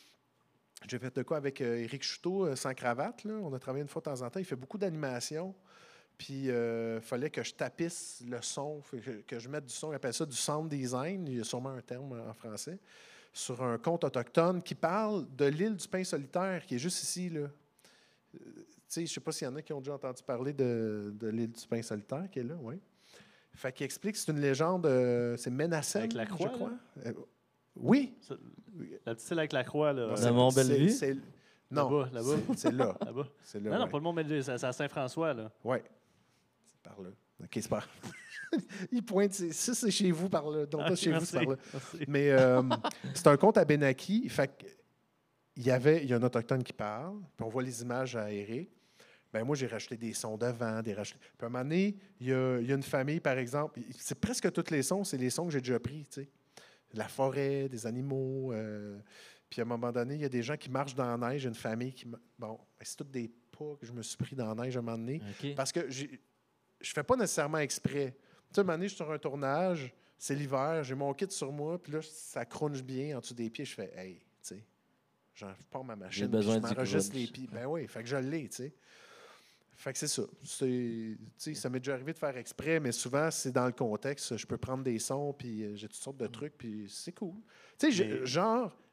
J'ai fait de quoi avec euh, Éric Chouteau, euh, sans cravate, là. On a travaillé une fois de temps en temps. Il fait beaucoup d'animation. Puis, il euh, fallait que je tapisse le son, que, que je mette du son. Il appelle ça du sound design. Il y a sûrement un terme en français. Sur un conte autochtone qui parle de l'île du pain solitaire, qui est juste ici, là. Euh, tu sais, je ne sais pas s'il y en a qui ont déjà entendu parler de, de l'île du pain solitaire, qui est là, oui. Fait qu'il explique que c'est une légende, euh, c'est Ménacel, Avec la croix, je crois. Euh, oui. Ça- La petite île avec la croix, là. Non, Le c'est- Mont Bellevue? c'est- c'est- Non, Là-bas, là-bas. c'est- c'est là. Là-bas. C'est là, Non, non, ouais. pas le Mont Bellevue, c'est c'est à Saint-François, là. Oui. C'est par là. OK, c'est par Il pointe, c'est- ça, c'est chez vous par là. Donc, Ah, pas chez vous, merci, c'est par là. merci. Mais euh, c'est un conte à Benaki. Fait que il y avait, il y a un autochtone qui parle, puis on voit les images à Eric. Ben moi, j'ai rajouté des sons de vent, des rajoutés. Puis à un moment donné, il y a, il y a une famille, par exemple, c'est presque tous les sons, c'est les sons que j'ai déjà pris, tu sais. La forêt, des animaux. euh, Puis à un moment donné, il y a des gens qui marchent dans la neige, une famille qui... ma- Bon, ben, c'est tous des pas que je me suis pris dans la neige à un moment donné. OK. Parce que j'ai- je fais pas nécessairement exprès. Tu sais, un moment donné, je suis sur un tournage, c'est l'hiver, j'ai mon kit sur moi, puis là, ça crunche bien en dessous des pieds. Je fais, hey, tu sais, j'en pars ma machine, puis besoin je du m'enregistre crunch. les pieds. Ben oui, fait que je l'ai, tu sais. Fait que c'est ça. C'est- tu sais, ça m'est déjà arrivé de faire exprès, mais souvent, c'est dans le contexte. Je peux prendre des sons, puis euh, j'ai toutes sortes de trucs, puis c'est cool. Tu sais, j'ai- Mais- genre,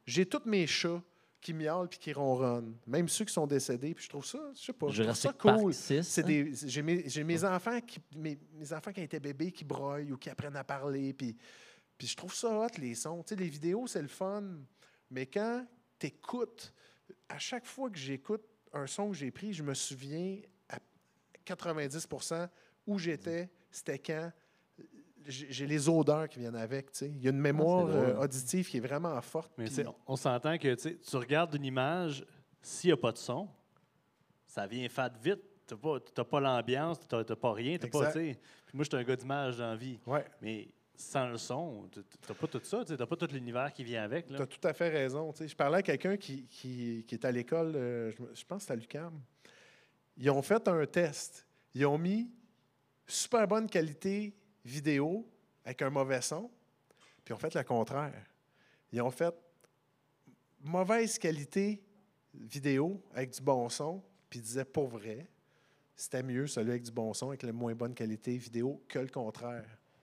j'ai tous mes chats qui miaulent puis qui ronronnent, même ceux qui sont décédés. Puis je trouve ça, je sais pas, je trouve ça Jurassic Park cool. six, C'est hein? des, j'ai mes, j'ai mes enfants qui, mes, mes enfants qui étaient bébés qui broient ou qui apprennent à parler. Puis, puis je trouve ça hot les sons. Tu sais, les vidéos c'est le fun, mais quand tu écoutes, à chaque fois que j'écoute un son que j'ai pris, je me souviens à quatre-vingt-dix pour cent où j'étais, c'était quand. J'ai j'ai les odeurs qui viennent avec. Tu sais. Il y a une mémoire Ah, c'est drôle. euh, auditive qui est vraiment forte. Mais puis- tu sais, on s'entend que tu sais, tu regardes une image, s'il n'y a pas de son, ça vient fat vite. Tu n'as pas, t'as pas l'ambiance, tu n'as pas rien. T'as pas, Exact. tu sais. Puis moi, je suis un gars d'image dans la vie. Ouais. Mais sans le son, tu n'as pas tout ça. Tu n'as pas tout l'univers qui vient avec. Tu Là. as tout à fait raison. Tu sais, je parlais à quelqu'un qui, qui, qui est à l'école, euh, je, me- je pense que c'est à l'U Q A M. Ils ont fait un test. Ils ont mis super bonne qualité vidéo avec un mauvais son, puis ils ont fait le contraire. Ils ont fait mauvaise qualité vidéo avec du bon son, puis ils disaient pour vrai, c'était mieux celui avec du bon son avec la moins bonne qualité vidéo que le contraire.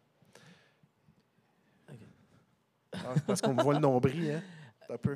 Ah, c'est parce qu'on me voit le nombril, hein? Un peu.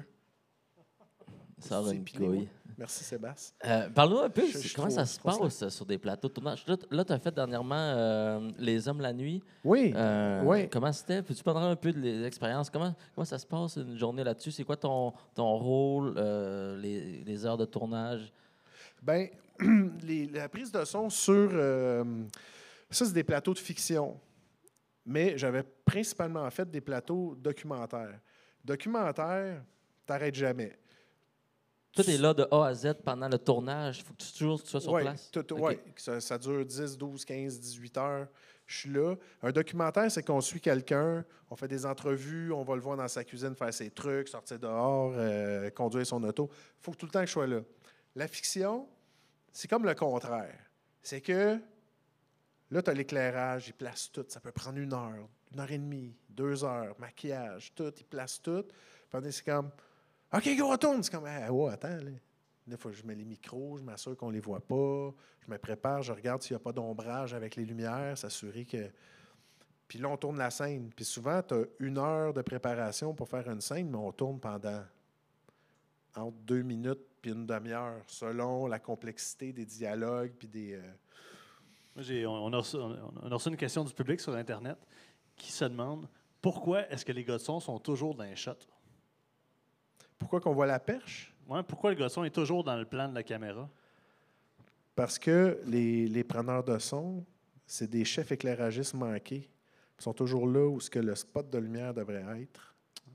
Ça sort C'est une pilé, couille. moi. Merci, Sébastien. Euh, Parle-nous un peu, Je- je suis comment trop- ça se trop passe euh, sur des plateaux de tournage? Là, tu as fait dernièrement euh, Les Hommes la nuit. Oui, Euh, oui. Comment c'était? Peux-tu parler un peu de l'expérience? Comment, comment ça se passe une journée là-dessus? C'est quoi ton, ton rôle, euh, les, les heures de tournage? Bien, la prise de son sur... euh, ça, c'est des plateaux de fiction. Mais j'avais principalement fait des plateaux documentaires. Documentaire, t'arrêtes jamais. Tout est là de A à Z pendant le tournage. Il faut que tu, toujours tu sois sur Oui, place. tout- OK. ouais, ça, ça dure dix, douze, quinze, dix-huit heures. Je suis là. Un documentaire, c'est qu'on suit quelqu'un, on fait des entrevues, on va le voir dans sa cuisine faire ses trucs, sortir dehors, euh, conduire son auto. Il faut que tout le temps que je sois là. La fiction, c'est comme le contraire. C'est que là, tu as l'éclairage, il place tout. Ça peut prendre une heure, une heure et demie, deux heures, maquillage, tout, il place tout. Puis c'est comme, OK, go, retourne. C'est comme, ah, ouais, attends, là. Des fois, je mets les micros, je m'assure qu'on ne les voit pas. Je me prépare, je regarde s'il n'y a pas d'ombrage avec les lumières, s'assurer que. Puis là, on tourne la scène. Puis souvent, tu as une heure de préparation pour faire une scène, mais on tourne pendant entre deux minutes puis une demi-heure, selon la complexité des dialogues puis des. euh, Moi, j'ai- on, on a reçu, on a reçu une question du public sur Internet qui se demande pourquoi est-ce que les gars de son sont toujours dans les shots? Pourquoi qu'on voit la perche? Ouais, pourquoi le gars de son est toujours dans le plan de la caméra? Parce que les, les preneurs de son, c'est des chefs éclairagistes manqués. Ils sont toujours là où ce que le spot de lumière devrait être.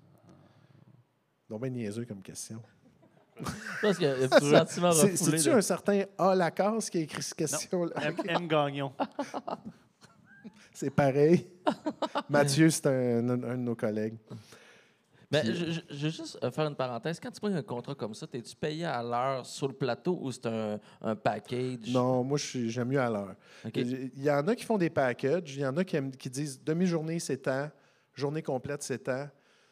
Donc, bien niaiseux comme question. Je pense qu'il y a un petit sentiment C'est- refoulé. C'est-tu de- un certain A. Lacasse qui a écrit cette question-là? M, M. Gagnon. C'est pareil. Mathieu, c'est un, un- un de nos collègues. Mais Puis- je, je- je veux juste euh, faire une parenthèse. Quand tu prends un contrat comme ça, es-tu payé à l'heure sur le plateau ou c'est un, un package? Non, moi, je suis- j'aime mieux à l'heure. OK. Il y en a qui font des packages, il y en a qui, aiment- qui disent demi-journée, c'est temps, journée complète, c'est temps.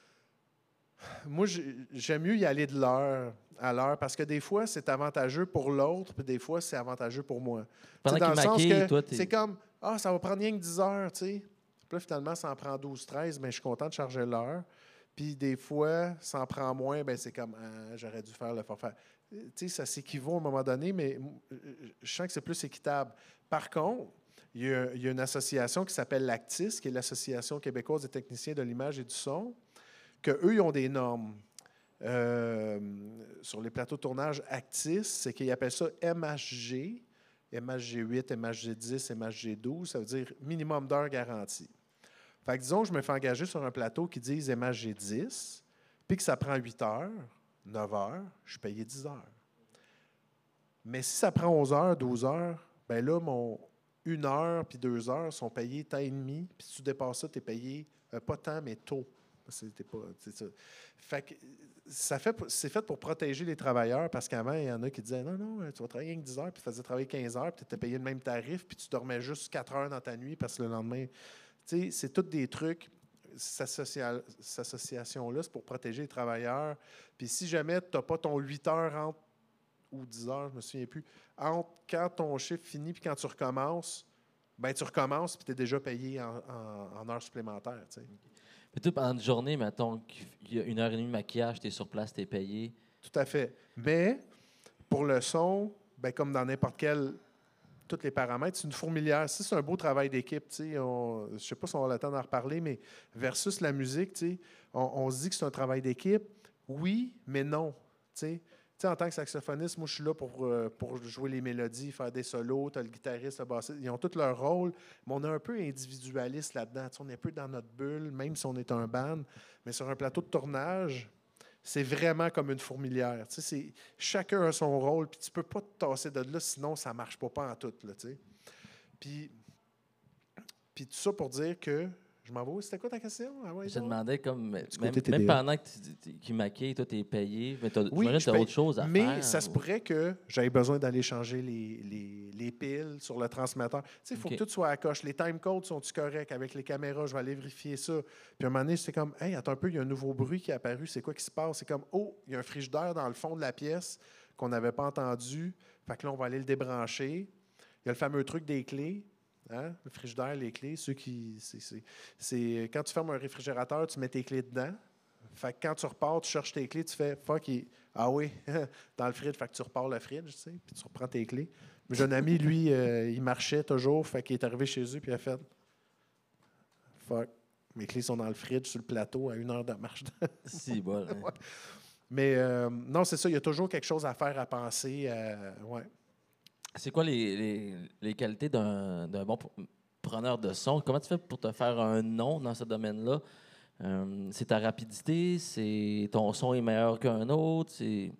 Moi, j'ai- j'aime mieux y aller de l'heure à l'heure parce que des fois, c'est avantageux pour l'autre, puis des fois, c'est avantageux pour moi. Pendant Tu sais, qu'il dans le sens maquille, que toi, t'es- c'est comme, ah, ça va prendre rien que dix heures, tu sais. Puis là, finalement, ça en prend douze, treize, mais je suis content de charger l'heure. Puis des fois, ça en prend moins, ben c'est comme, ah, j'aurais dû faire le forfait. Tu sais, ça s'équivaut à un moment donné, mais euh, je sens que c'est plus équitable. Par contre, il y a, il y a une association qui s'appelle l'ACTIS, qui est l'Association québécoise des techniciens de l'image et du son, qu'eux, ils ont des normes. Euh, sur les plateaux de tournage ACTIS, c'est qu'ils appellent ça M H G, M H G huit, M H G dix, M H G douze, ça veut dire minimum d'heures garantie. Fait que disons, je me fais engager sur un plateau qui dit M H G dix, puis que ça prend huit heures, neuf heures, je suis payé dix heures. Mais si ça prend onze heures, douze heures, bien là, mon une heure puis deux heures sont payés temps et demi, puis si tu dépasses ça, tu es payé euh, pas temps, mais tôt. C'était pas, c'est ça. Fait que ça fait, c'est fait pour protéger les travailleurs parce qu'avant, il y en a qui disaient non, non, tu vas travailler rien que dix heures, puis tu faisais travailler quinze heures, puis tu étais payé le même tarif, puis tu dormais juste quatre heures dans ta nuit parce que le lendemain. Tu sais, c'est tous des trucs. Cette associa- cette association-là, c'est pour protéger les travailleurs. Puis si jamais tu n'as pas ton huit heures entre, ou dix heures, je ne me souviens plus, entre quand ton chiffre finit puis quand tu recommences, ben tu recommences puis tu es déjà payé en, en- en heures supplémentaires. Tu sais. Puis toi, pendant une journée, mettons, qu'il y a une heure et demie de maquillage, tu es sur place, tu es payé. Tout à fait. Mais pour le son, ben, comme dans n'importe quel, tous les paramètres, c'est une fourmilière. Si c'est un beau travail d'équipe, tu sais, on- je ne sais pas si on va le temps d'en reparler, mais versus la musique, tu sais, on, on se dit que c'est un travail d'équipe. Oui, mais non. Tu sais. Tu sais, en tant que saxophoniste, moi, je suis là pour, euh, pour jouer les mélodies, faire des solos. Tu as le guitariste, le bassiste. Ils ont tous leur rôle, mais on est un peu individualiste là-dedans. Tu sais, on est un peu dans notre bulle, même si on est un band. Mais sur un plateau de tournage, c'est vraiment comme une fourmilière. Tu sais, c'est- chacun a son rôle, puis tu peux pas te tasser de là, sinon ça marche pas, pas en tout. Là, tu sais. Puis, puis tout ça pour dire que... Je m'en vais où? C'était quoi ta question? Ah ouais, Je te donc. demandais, comme, même, côté T D A. même pendant que tu tu- qu'ils maquillent, toi, tu es payé, mais tu Oui, je as paye. autre chose à mais faire. ça se ou- pourrait que j'aie besoin d'aller changer les, les, les piles sur le transmetteur. Tu sais, il faut OK. que tout soit à coche. Les timecodes sont-ils corrects avec les caméras? Je vais aller vérifier ça. Puis à un moment donné, c'est comme, hey, attends un peu, il y a un nouveau bruit qui est apparu. C'est quoi qui se passe? C'est comme, oh, il y a un frigidaire dans le fond de la pièce qu'on n'avait pas entendu. Fait que là, on va aller le débrancher. Il y a le fameux truc des clés. Hein? Le frigidaire, les clés, ceux qui. C'est, c'est, c'est- quand tu fermes un réfrigérateur, tu mets tes clés dedans. Fait que quand tu repars, tu cherches tes clés, tu fais fuck, il- ah oui, dans le fridge. Fait que tu repars le fridge, tu sais, puis tu reprends tes clés. Mais j'ai un ami, lui, euh, il marchait toujours, fait qu'il est arrivé chez eux, puis il a fait fuck, mes clés sont dans le fridge sur le plateau à une heure de marche. Si, bon. hein. Ouais. Mais euh, non, c'est ça, il y a toujours quelque chose à faire, à penser. euh, ouais. C'est quoi les, les, les qualités d'un d'un bon p- preneur de son? Comment tu fais pour te faire un nom dans ce domaine-là? Euh, c'est ta rapidité? C'est ton son est meilleur qu'un autre? C'est...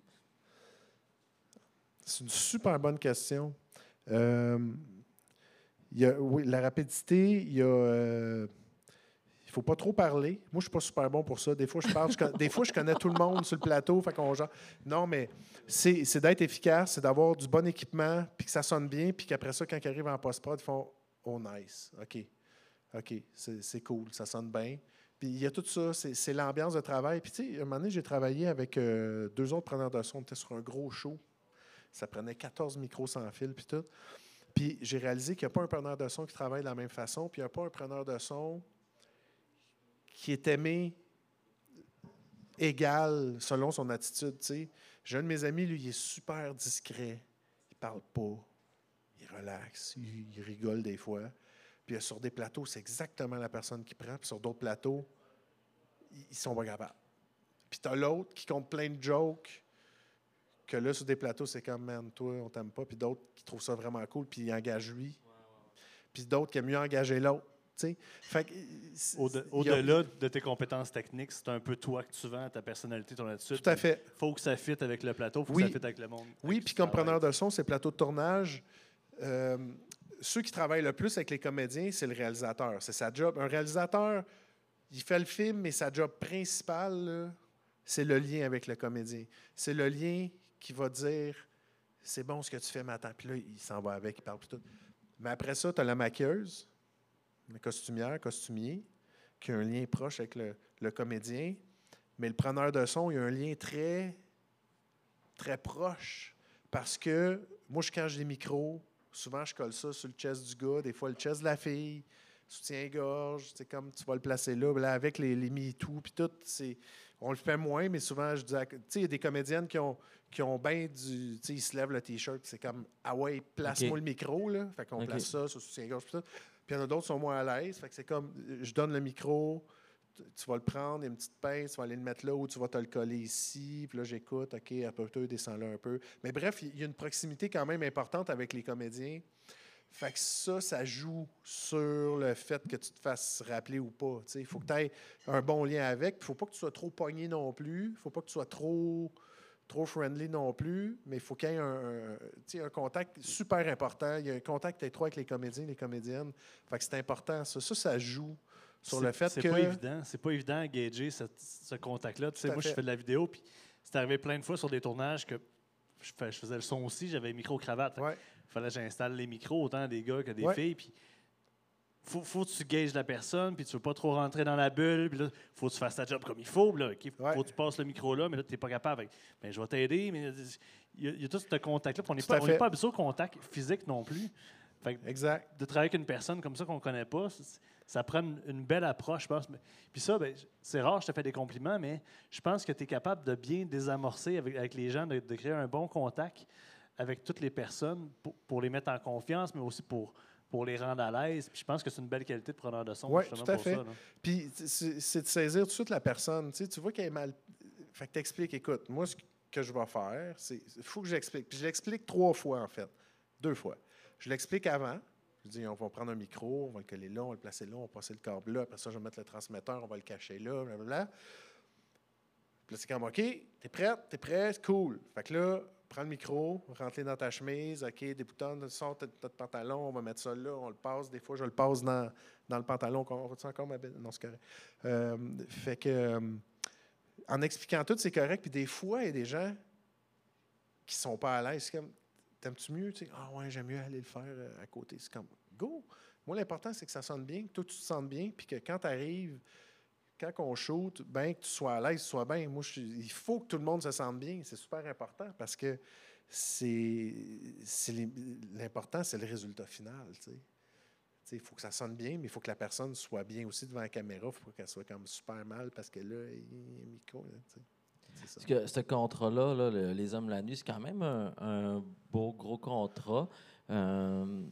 C'est une super bonne question. Euh, il y a, oui, la rapidité, il y a. euh, il faut pas trop parler. Moi, je suis pas super bon pour ça. Des fois, je parle. je con- des fois, je connais tout le monde sur le plateau. Fait qu'on genre. Non, mais c'est c'est d'être efficace, c'est d'avoir du bon équipement, puis que ça sonne bien, puis qu'après ça, quand ils arrivent en post-prod, ils font oh nice, ok, ok, c'est c'est cool, ça sonne bien. Puis il y a tout ça, c'est c'est l'ambiance de travail. Puis tu sais, un moment donné, j'ai travaillé avec euh, deux autres preneurs de son. On était sur un gros show. Ça prenait quatorze micros sans fil, puis tout. Puis j'ai réalisé qu'il n'y a pas un preneur de son qui travaille de la même façon, puis il n'y a pas un preneur de son qui est aimé égal selon son attitude. tu sais. J'ai un de mes amis, lui, il est super discret. Il parle pas. Il relaxe. Il, il rigole des fois. Puis euh, sur des plateaux, c'est exactement la personne qui prend. Puis sur d'autres plateaux, ils, ils sont pas capables. Puis t'as l'autre qui compte plein de jokes. Que là, sur des plateaux, c'est comme, man, toi, on t'aime pas. Puis d'autres qui trouvent ça vraiment cool, puis ils engagent lui. Puis d'autres qui aiment mieux engager l'autre. tu sais. Fait que, c'est- Au-de- il y a- Au-delà de tes compétences techniques, c'est un peu toi que tu vends, ta personnalité, ton attitude. Tout à fait. Il faut que ça fitte avec le plateau, il faut Oui. que ça fitte avec le monde. Oui, avec puis qui comme tu travailles. preneur de son, ces plateaux de tournage, euh, ceux qui travaillent le plus avec les comédiens, c'est le réalisateur. C'est sa job. Un réalisateur, il fait le film, mais sa job principale, là, c'est le lien avec le comédien. C'est le lien qui va dire c'est bon ce que tu fais, mais attends. Puis là, il s'en va avec, il parle plus tout. Mais après ça, tu as la maquilleuse, la costumière, costumier, qui a un lien proche avec le, le comédien. Mais le preneur de son, il y a un lien très, très proche. Parce que moi, je cache des micros. Souvent, je colle ça sur le chest du gars, des fois le chest de la fille, soutien-gorge, c'est comme tu vas le placer là. Là avec les, les MeToo, puis tout, c'est, on le fait moins, mais souvent, je dis, à- tu sais, il y a des comédiennes qui ont, qui ont bien du, tu sais, ils se lèvent le T-shirt, puis c'est comme, ah ouais, place-moi OK. le micro, là. Fait qu'on OK. place ça sur le soutien-gorge, puis tout. Puis il y en a d'autres qui sont moins à l'aise, fait que c'est comme, je donne le micro, tu- tu vas le prendre, une petite pince, tu vas aller le mettre là où tu vas te le coller ici. Puis là, j'écoute, OK, un peu, descends là un peu. Mais bref, il y a une proximité quand même importante avec les comédiens. Fait que ça, ça joue sur le fait que tu te fasses rappeler ou pas. Il faut que tu aies un bon lien avec. Il ne faut pas que tu sois trop pogné non plus. Il ne faut pas que tu sois trop, trop friendly non plus. Mais il faut qu'il y ait un, un, tu sais, un contact super important. Il y a un contact étroit avec les comédiens, les comédiennes. Fait que c'est important. Ça, ça, ça joue sur C'est- le fait c'est que... pas évident. C'est pas évident à gager ce, ce contact-là. Tu sais, Tout à moi, fait. je fais de la vidéo, puis c'est arrivé plein de fois sur des tournages que je, fais- je faisais le son aussi, j'avais micro-cravate. Ouais. Il fallait que j'installe les micros, autant des gars que des Ouais. filles. Puis faut, faut que tu gages la personne, puis tu veux pas trop rentrer dans la bulle, puis là, faut que tu fasses ta job comme il faut. Puis là, OK, faut Ouais. que tu passes le micro là, mais là, tu n'es pas capable. Ben, je vais t'aider, mais il y, a, il y a tout ce contact-là. puis On n'est Tout à pas, on fait. n'est pas habitué au contact physique non plus. Fait que Exact. de travailler avec une personne comme ça qu'on ne connaît pas, c'est- ça prend une, une belle approche, je pense. Mais- Puis ça, ben, c'est rare, je te fais des compliments, mais je pense que tu es capable de bien désamorcer avec, avec les gens, de, de créer un bon contact avec toutes les personnes pour, pour les mettre en confiance, mais aussi pour, pour les rendre à l'aise. Puis je pense que c'est une belle qualité de preneur de son, Oui, justement, tout à pour fait. ça. là. Puis c'est c'est de saisir tout de suite la personne. Tu sais, tu vois qu'elle est mal. Fait que t'expliques, écoute, moi, ce que je vais faire, c'est. Il faut que j'explique. Puis je l'explique trois fois, en fait. Deux fois. Je l'explique avant. Je dis, on va prendre un micro, on va le coller là, on va le placer là, on va passer le câble là. Après ça, je vais mettre le transmetteur, on va le cacher là, blablabla. Puis là, c'est comme, OK, t'es prête, t'es prêt, cool. Fait que là, prends le micro, rentre-les dans ta chemise, OK, déboutonne, sors notre pantalon, on va mettre ça là, on le passe. Des fois, je le passe dans, dans le pantalon. On va-tu encore, ma belle? Non, c'est correct. Euh, fait que, euh, en expliquant tout, c'est correct. Puis des fois, il y a des gens qui sont pas à l'aise. C'est comme, t'aimes-tu mieux? Tu sais, ah ouais, j'aime mieux aller le faire euh, à côté. C'est comme, go! Moi, l'important, c'est que ça sonne bien, que toi, tu te sentes bien, puis que quand tu arrives, quand on shoot, ben que tu sois à l'aise, que tu sois bien. Moi, je suis- il faut que tout le monde se sente bien. C'est super important parce que c'est, c'est les- l'important, c'est le résultat final. Tu sais. Tu sais, il faut que ça sonne bien, mais il faut que la personne soit bien aussi devant la caméra. Il ne faut pas qu'elle soit comme super mal parce que là, il y a un micro. Là, tu sais. C'est ça. Parce que ce contrat-là, là, le- Les Hommes la nuit, c'est quand même un, un beau gros contrat. Euh,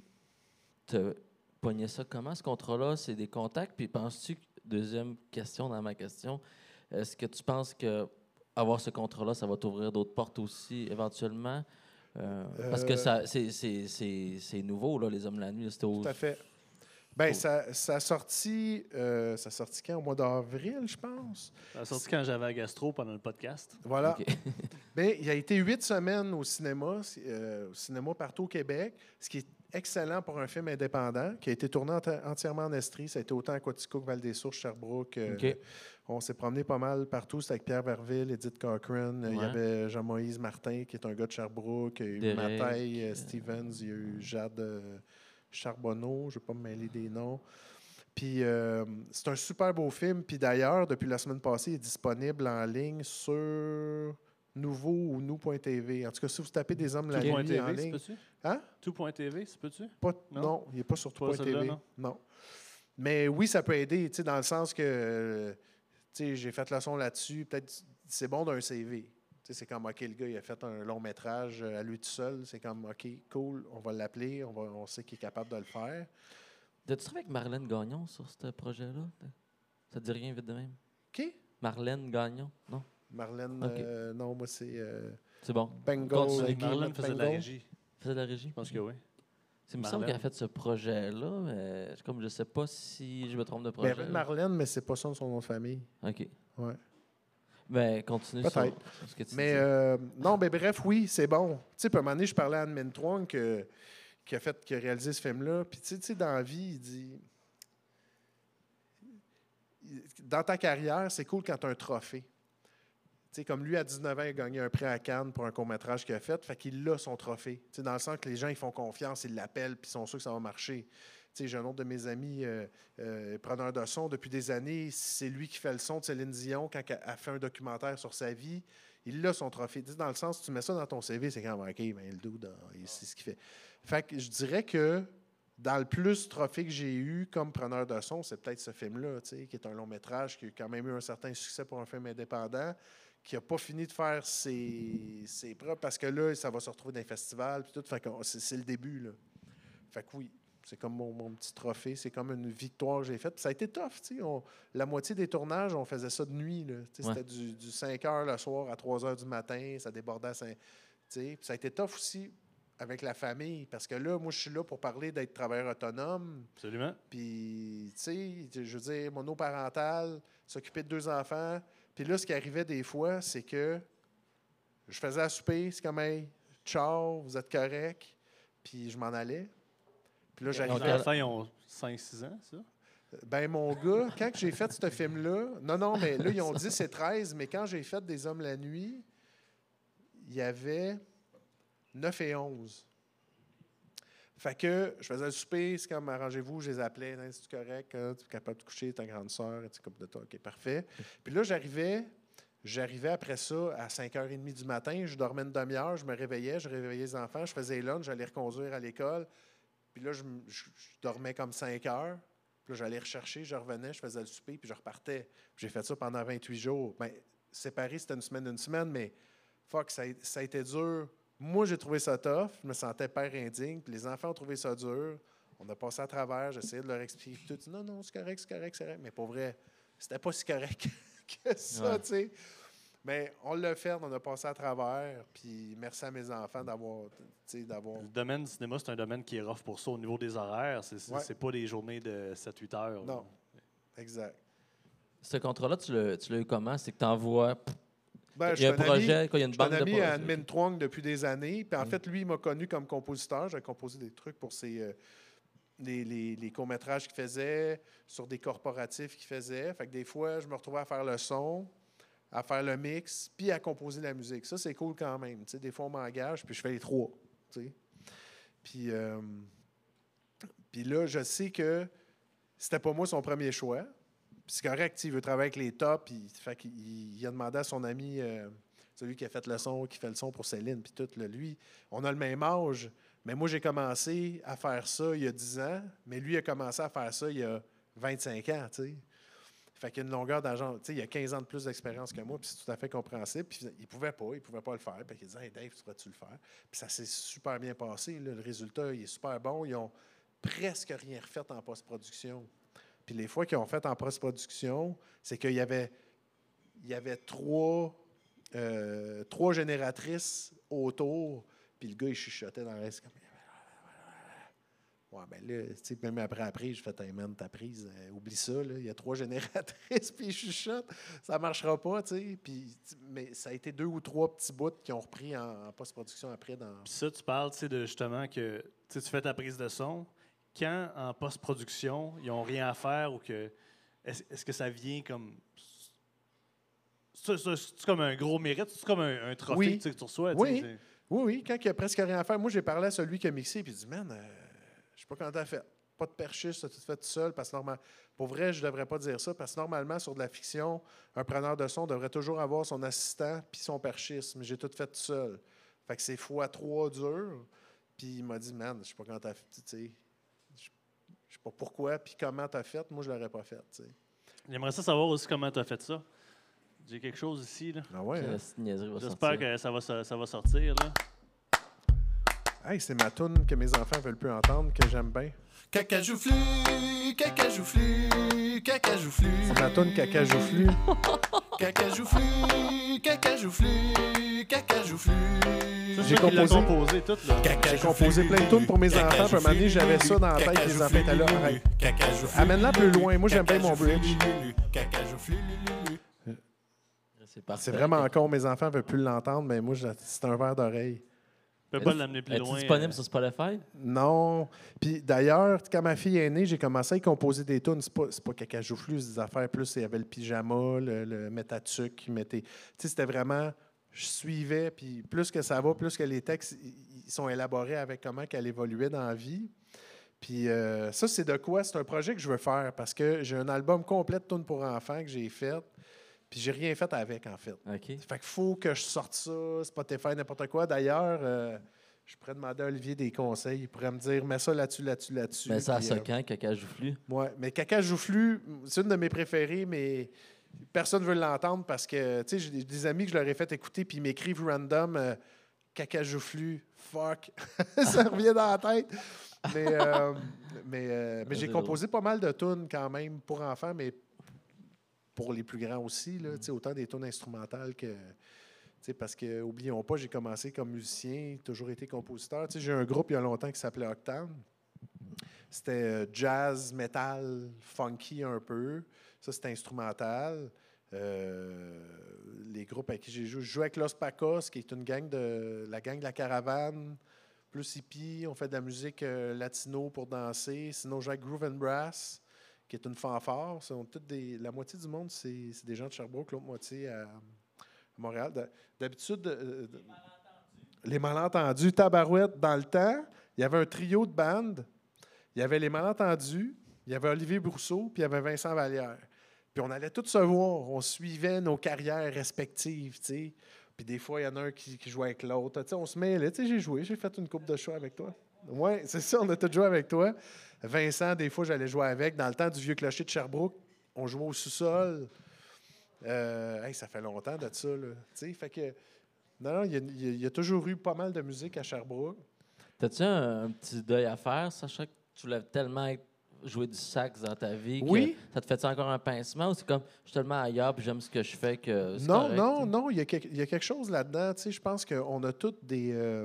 T'as pogné ça comment, ce contrat-là? C'est des contacts. Puis penses-tu, que- deuxième question dans ma question, est-ce que tu penses que avoir ce contrat-là, ça va t'ouvrir d'autres portes aussi éventuellement? Euh, Parce que Euh, ça, c'est, c'est, c'est, c'est nouveau, là, Les Hommes la nuit. là, C'était au- Tout à fait. Ben, Oh. ça, ça a sorti, euh, ça a sorti quand? Au mois d'avril, je pense. Ça a sorti quand j'avais la gastro pendant le podcast. Voilà. OK. Ben, il a été huit semaines au cinéma, euh, au cinéma partout au Québec, ce qui est excellent pour un film indépendant, qui a été tourné enti- entièrement en Estrie. Ça a été autant à Quaticook, Val-des-Sources, Sherbrooke. euh, OK. On s'est promené pas mal partout. C'était avec Pierre Verville, Edith Cochrane. Il y Ouais. avait Jean-Moïse Martin, qui est un gars de Sherbrooke. Il y a eu Derek, Mathaï euh, euh, Stevens. Il y a eu Jade euh, Charbonneau. Je ne vais pas me mêler des noms. Puis euh, c'est un super beau film. Puis d'ailleurs, depuis la semaine passée, il est disponible en ligne sur nouveau ou nous.tv. En tout cas, si vous tapez des hommes la nuit en Tout.tv, c'est ligne. peux-tu? Hein? Tout.tv, c'est peux-tu? Pas- Non? non? il n'est pas sur Pas celle-là, tout.tv. non? Non. Mais oui, ça peut aider, tu sais, dans le sens que euh, tu sais, j'ai fait le son là-dessus. Peut-être c'est bon d'un C V. Tu sais, c'est comme, OK, le gars, il a fait un long métrage à lui tout seul. C'est comme, OK, cool, on va l'appeler, on, va, on sait qu'il est capable de le faire. T'as-tu travaillé avec Marlène Gagnon sur ce projet-là? Ça te dit rien vite de même? OK? Marlène Gagnon? Non? Marlène, OK. euh, non, moi, c'est euh, C'est bon. Bengal. Continue. euh, Marlène Guillemette faisait de la Bengal. régie. Faisais de la régie? Je pense que oui. Il me semble Marlène. qu'elle a fait ce projet-là, mais comme je sais pas si je me trompe de Ben, projet. il y avait Marlène, mais c'est pas ça son nom de famille. OK. Ouais. Ben, continue sur, Peut-être. sur ce que tu Mais dis. euh, non, ben bref, oui, c'est bon. Tu sais, puis à un moment donné, je parlais à Anne Mintrong que- qui a fait, qui a réalisé ce film-là. Puis tu sais, tu sais, dans la vie, il dit, dans ta carrière, c'est cool quand tu as un trophée. Tu sais, comme lui, à dix-neuf ans, il a gagné un prix à Cannes pour un court-métrage qu'il a fait. Fait qu'il a son trophée. Tu sais, dans le sens que les gens, ils font confiance, ils l'appellent, puis ils sont sûrs que ça va marcher. Tu sais, j'ai un autre de mes amis, euh, euh, preneur de son, depuis des années, c'est lui qui fait le son de Céline Dion quand elle a fait un documentaire sur sa vie. Il a son trophée. Tu sais, dans le sens, tu mets ça dans ton C V, c'est quand même OK, ben, le dude, c'est ce qu'il fait. Fait que je dirais que dans le plus de trophées que j'ai eu comme preneur de son, c'est peut-être ce film-là, tu sais, qui est un long métrage, qui a quand même eu un certain succès pour un film indépendant, qui n'a pas fini de faire ses, ses preuves, parce que là, ça va se retrouver dans les festivals, puis tout. Fait que c'est, c'est le début, là. Fait que oui, c'est comme mon, mon petit trophée, c'est comme une victoire que j'ai faite. Puis ça a été tough, tu sais. On- La moitié des tournages, on faisait ça de nuit, là. Tu sais, Ouais. C'était du, du cinq heures le soir à trois heures du matin, ça débordait à cinq. Tu sais. Puis ça a été tough aussi avec la famille, parce que là, moi, je suis là pour parler d'être travailleur autonome. Absolument. Puis, tu sais, je veux dire, monoparental, s'occuper de deux enfants. Puis là, ce qui arrivait des fois, c'est que je faisais à souper, c'est comme, hey, ciao, vous êtes correct. Puis je m'en allais. Puis là, Les j'arrivais. enfants, ils ont cinq six ans, ça? Ben, mon gars, quand j'ai fait ce film-là, non, non, mais là, ils ont dit c'est treize, mais quand j'ai fait Des Hommes la nuit, il y avait neuf et onze. Fait que je faisais le souper, c'est comme arrangez-vous, je les appelais, hein, c'est correct, hein, tu es capable de coucher, ta grande sœur, tu comme de toi, OK, parfait. Puis là, j'arrivais, j'arrivais après ça à cinq heures trente du matin, je dormais une demi-heure, je me réveillais, je réveillais les enfants, je faisais lunch, j'allais reconduire à l'école. Puis là, je, je- je dormais comme cinq heures. Puis là, j'allais rechercher, je revenais, je faisais le souper, puis je repartais. Puis j'ai fait ça pendant vingt-huit jours. Bien, séparé, c'était une semaine, une semaine, mais fuck, ça a, ça a été dur. Moi, j'ai trouvé ça tough. Je me sentais père indigne. Puis les enfants ont trouvé ça dur. On a passé à travers. J'essayais de leur expliquer tout. Non, non, c'est correct, c'est correct, c'est correct. Mais pour vrai, c'était pas si correct que ça, Ouais. tu sais. Mais on l'a fait, on a passé à travers. Puis merci à mes enfants d'avoir, tu sais, d'avoir... Le domaine du cinéma, c'est un domaine qui est rough pour ça au niveau des horaires. C'est c'est Ouais. c'est pas des journées de sept huit heures. Non. Exact. Ce contrat-là, tu l'as tu l'as eu comment? C'est que tu envoies. Ben, Il y a un je suis projet, ami- quoi, il y a une je suis banque un de ami à projets. Min Twang depuis des années. Puis en Mm. fait, lui, il m'a connu comme compositeur. J'ai composé des trucs pour ses, euh, les, les- les courts-métrages qu'il faisait, sur des corporatifs qu'il faisait. Fait que des fois, je me retrouvais à faire le son, à faire le mix, puis à composer la musique. Ça, c'est cool quand même. Tu sais, des fois, on m'engage, puis je fais les trois. Tu sais. Puis, euh, puis là, je sais que c'était pas moi son premier choix. Puis c'est correct, tu sais, il veut travailler avec les tops. Puis, fait qu'il- il, il a demandé à son ami, euh, celui qui a fait le son, qui fait le son pour Céline, puis tout, là, lui, on a le même âge. Mais moi, j'ai commencé à faire ça il y a dix ans, mais lui a commencé à faire ça il y a vingt-cinq ans, tu sais. Fait qu'il y a une longueur d'agent, tu sais, il y a quinze ans de plus d'expérience que moi, puis c'est tout à fait compréhensible. Puis il pouvait pas, il pouvait pas le faire. Puis il disait, hey Dave, tu pourrais-tu le faire? Puis ça s'est super bien passé, là. Le résultat, il est super bon. Ils ont presque rien refait en post-production. Puis les fois qu'ils ont fait en post-production, c'est qu'il y avait, il y avait trois, euh, trois génératrices autour, puis le gars, il chuchotait dans le reste comme... Ouais, ben là, tu sais, même après, après, je fais, hey man, ta prise, euh, oublie ça, là, il y a trois génératrices, puis je chuchote, ça marchera pas, tu sais. Puis, mais ça a été deux ou trois petits bouts qui ont repris en, en post-production après. Dans... Puis ça, tu parles, tu sais, de justement que tu sais, tu fais ta prise de son. Quand, en post-production, ils n'ont rien à faire ou que. Est-ce est-ce que ça vient comme. C'est c'est- c'est comme un gros mérite? C'est comme un, un trophée Oui. tu sais, que tu reçois? tu Oui. sais, c'est- Oui, oui, quand il n'y a presque rien à faire, moi, j'ai parlé à celui qui a mixé, puis il dit, man, euh, je sais pas quand t'as fait. Pas de perchiste, t'as tout fait tout seul, parce que normalement, pour vrai, je devrais pas dire ça, parce que normalement, sur de la fiction, un preneur de son devrait toujours avoir son assistant puis son perchiste, mais j'ai tout fait tout seul. Fait que c'est fois trois dur. Puis il m'a dit, man, je sais pas quand t'as fait, tu sais, je je sais pas pourquoi, puis comment t'as fait, moi, je l'aurais pas fait, tu sais. J'aimerais ça savoir aussi comment tu as fait ça. J'ai quelque chose ici. Là. Ah ouais, La hein? petite niaiserie va J'espère sortir. que ça va, so- ça va sortir. Là. Hey, c'est ma toune que mes enfants veulent plus entendre, que j'aime bien. Caca joufflu, caca joufflu, caca joufflu. C'est ma toune Caca Joufflu. Caca joufflu, caca joufflu, caca joufflu. C'est J'ai toi qui l'as composé- composé tout. Là. Caca J'ai composé plein de tunes pour mes enfants, puis à un moment donné, j'avais ça dans la tête, les enfants étaient là, arrête. Amène-la plus loin, moi, j'aime bien mon bridge. Caca joufflu, C'est parfait. C'est vraiment con, mes enfants ne veulent plus l'entendre, mais moi, je- c'est un verre d'oreille. Tu peux pas l'amener plus Es-tu loin. disponible euh, sur Spotify? Non. Puis d'ailleurs, quand ma fille est née, j'ai commencé à y composer des tunes. C'est pas, c'est pas Caca Joufflu, c'est des affaires plus. Il y avait le pyjama, le, le métatuc qui mettait. Tu sais, c'était vraiment. Je suivais, puis plus que ça va, plus que les textes ils ils sont élaborés avec comment qu'elle évoluait dans la vie. Puis euh, ça, c'est de quoi? C'est un projet que je veux faire parce que j'ai un album complet de tunes pour enfants que j'ai fait. Puis j'ai rien fait avec, en fait. OK. Fait qu'il faut que je sorte ça, Spotify, n'importe quoi. D'ailleurs, euh, je pourrais demander à Olivier des conseils. Il pourrait me dire, mets ça là-dessus, là-dessus, là-dessus. Mais ça à Puis, ce euh, camp, caca joufflu. ouais. Mais Caca Joufflu, c'est une de mes préférées, mais personne ne veut l'entendre parce que, tu sais, j'ai des- des amis que je leur ai fait écouter, puis ils m'écrivent random euh, Caca Joufflu, fuck. Ça revient dans la tête. Mais, euh, mais, euh, mais Ça, j'ai c'est composé pas mal de tunes quand même pour enfants, mais pour les plus grands aussi, là, tu sais, autant des tunes instrumentales que. Tu sais, parce que, oublions pas, j'ai commencé comme musicien, toujours été compositeur. Tu sais, j'ai un groupe il y a longtemps qui s'appelait Octane. C'était euh, jazz, metal, funky un peu. Ça, c'était instrumental. Euh, les groupes avec qui j'ai joué, je joue avec Los Pacos, qui est une gang de la gang de la caravane, plus hippie. On fait de la musique euh, latino pour danser. Sinon, je joue avec Groove and Brass, qui est une fanfare. Ce sont toutes des, la moitié du monde, c'est c'est des gens de Sherbrooke, l'autre moitié à, à Montréal. D- D'habitude, euh, euh, les malentendus, tabarouette, dans le temps, il y avait un trio de bandes. Il y avait les malentendus, il y avait Olivier Brousseau, puis il y avait Vincent Vallière. Puis on allait tous se voir, on suivait nos carrières respectives, tu sais, Puis des fois, il y en a un qui, qui joue avec l'autre. Tu sais, on se mêlait. Tu sais, j'ai joué, j'ai fait une coupe de choix avec toi. Oui, c'est ça, on a tous joué avec toi. Vincent, des fois, j'allais jouer avec. Dans le temps du vieux clocher de Sherbrooke, on jouait au sous-sol. Euh, hey, ça fait longtemps de ça, là. Tu sais, fait que... Non, non, il y, a, il y a- il y a toujours eu pas mal de musique à Sherbrooke. T'as-tu un, un petit deuil à faire, sachant que tu voulais tellement jouer du sax dans ta vie? Oui. Que ça te fait encore un pincement ou c'est comme je suis tellement ailleurs puis j'aime ce que je fais que c'est Non, correct, non, t'sais? non, il y, a quelque- il y a quelque chose là-dedans. Tu sais, je pense qu'on a toutes des, euh,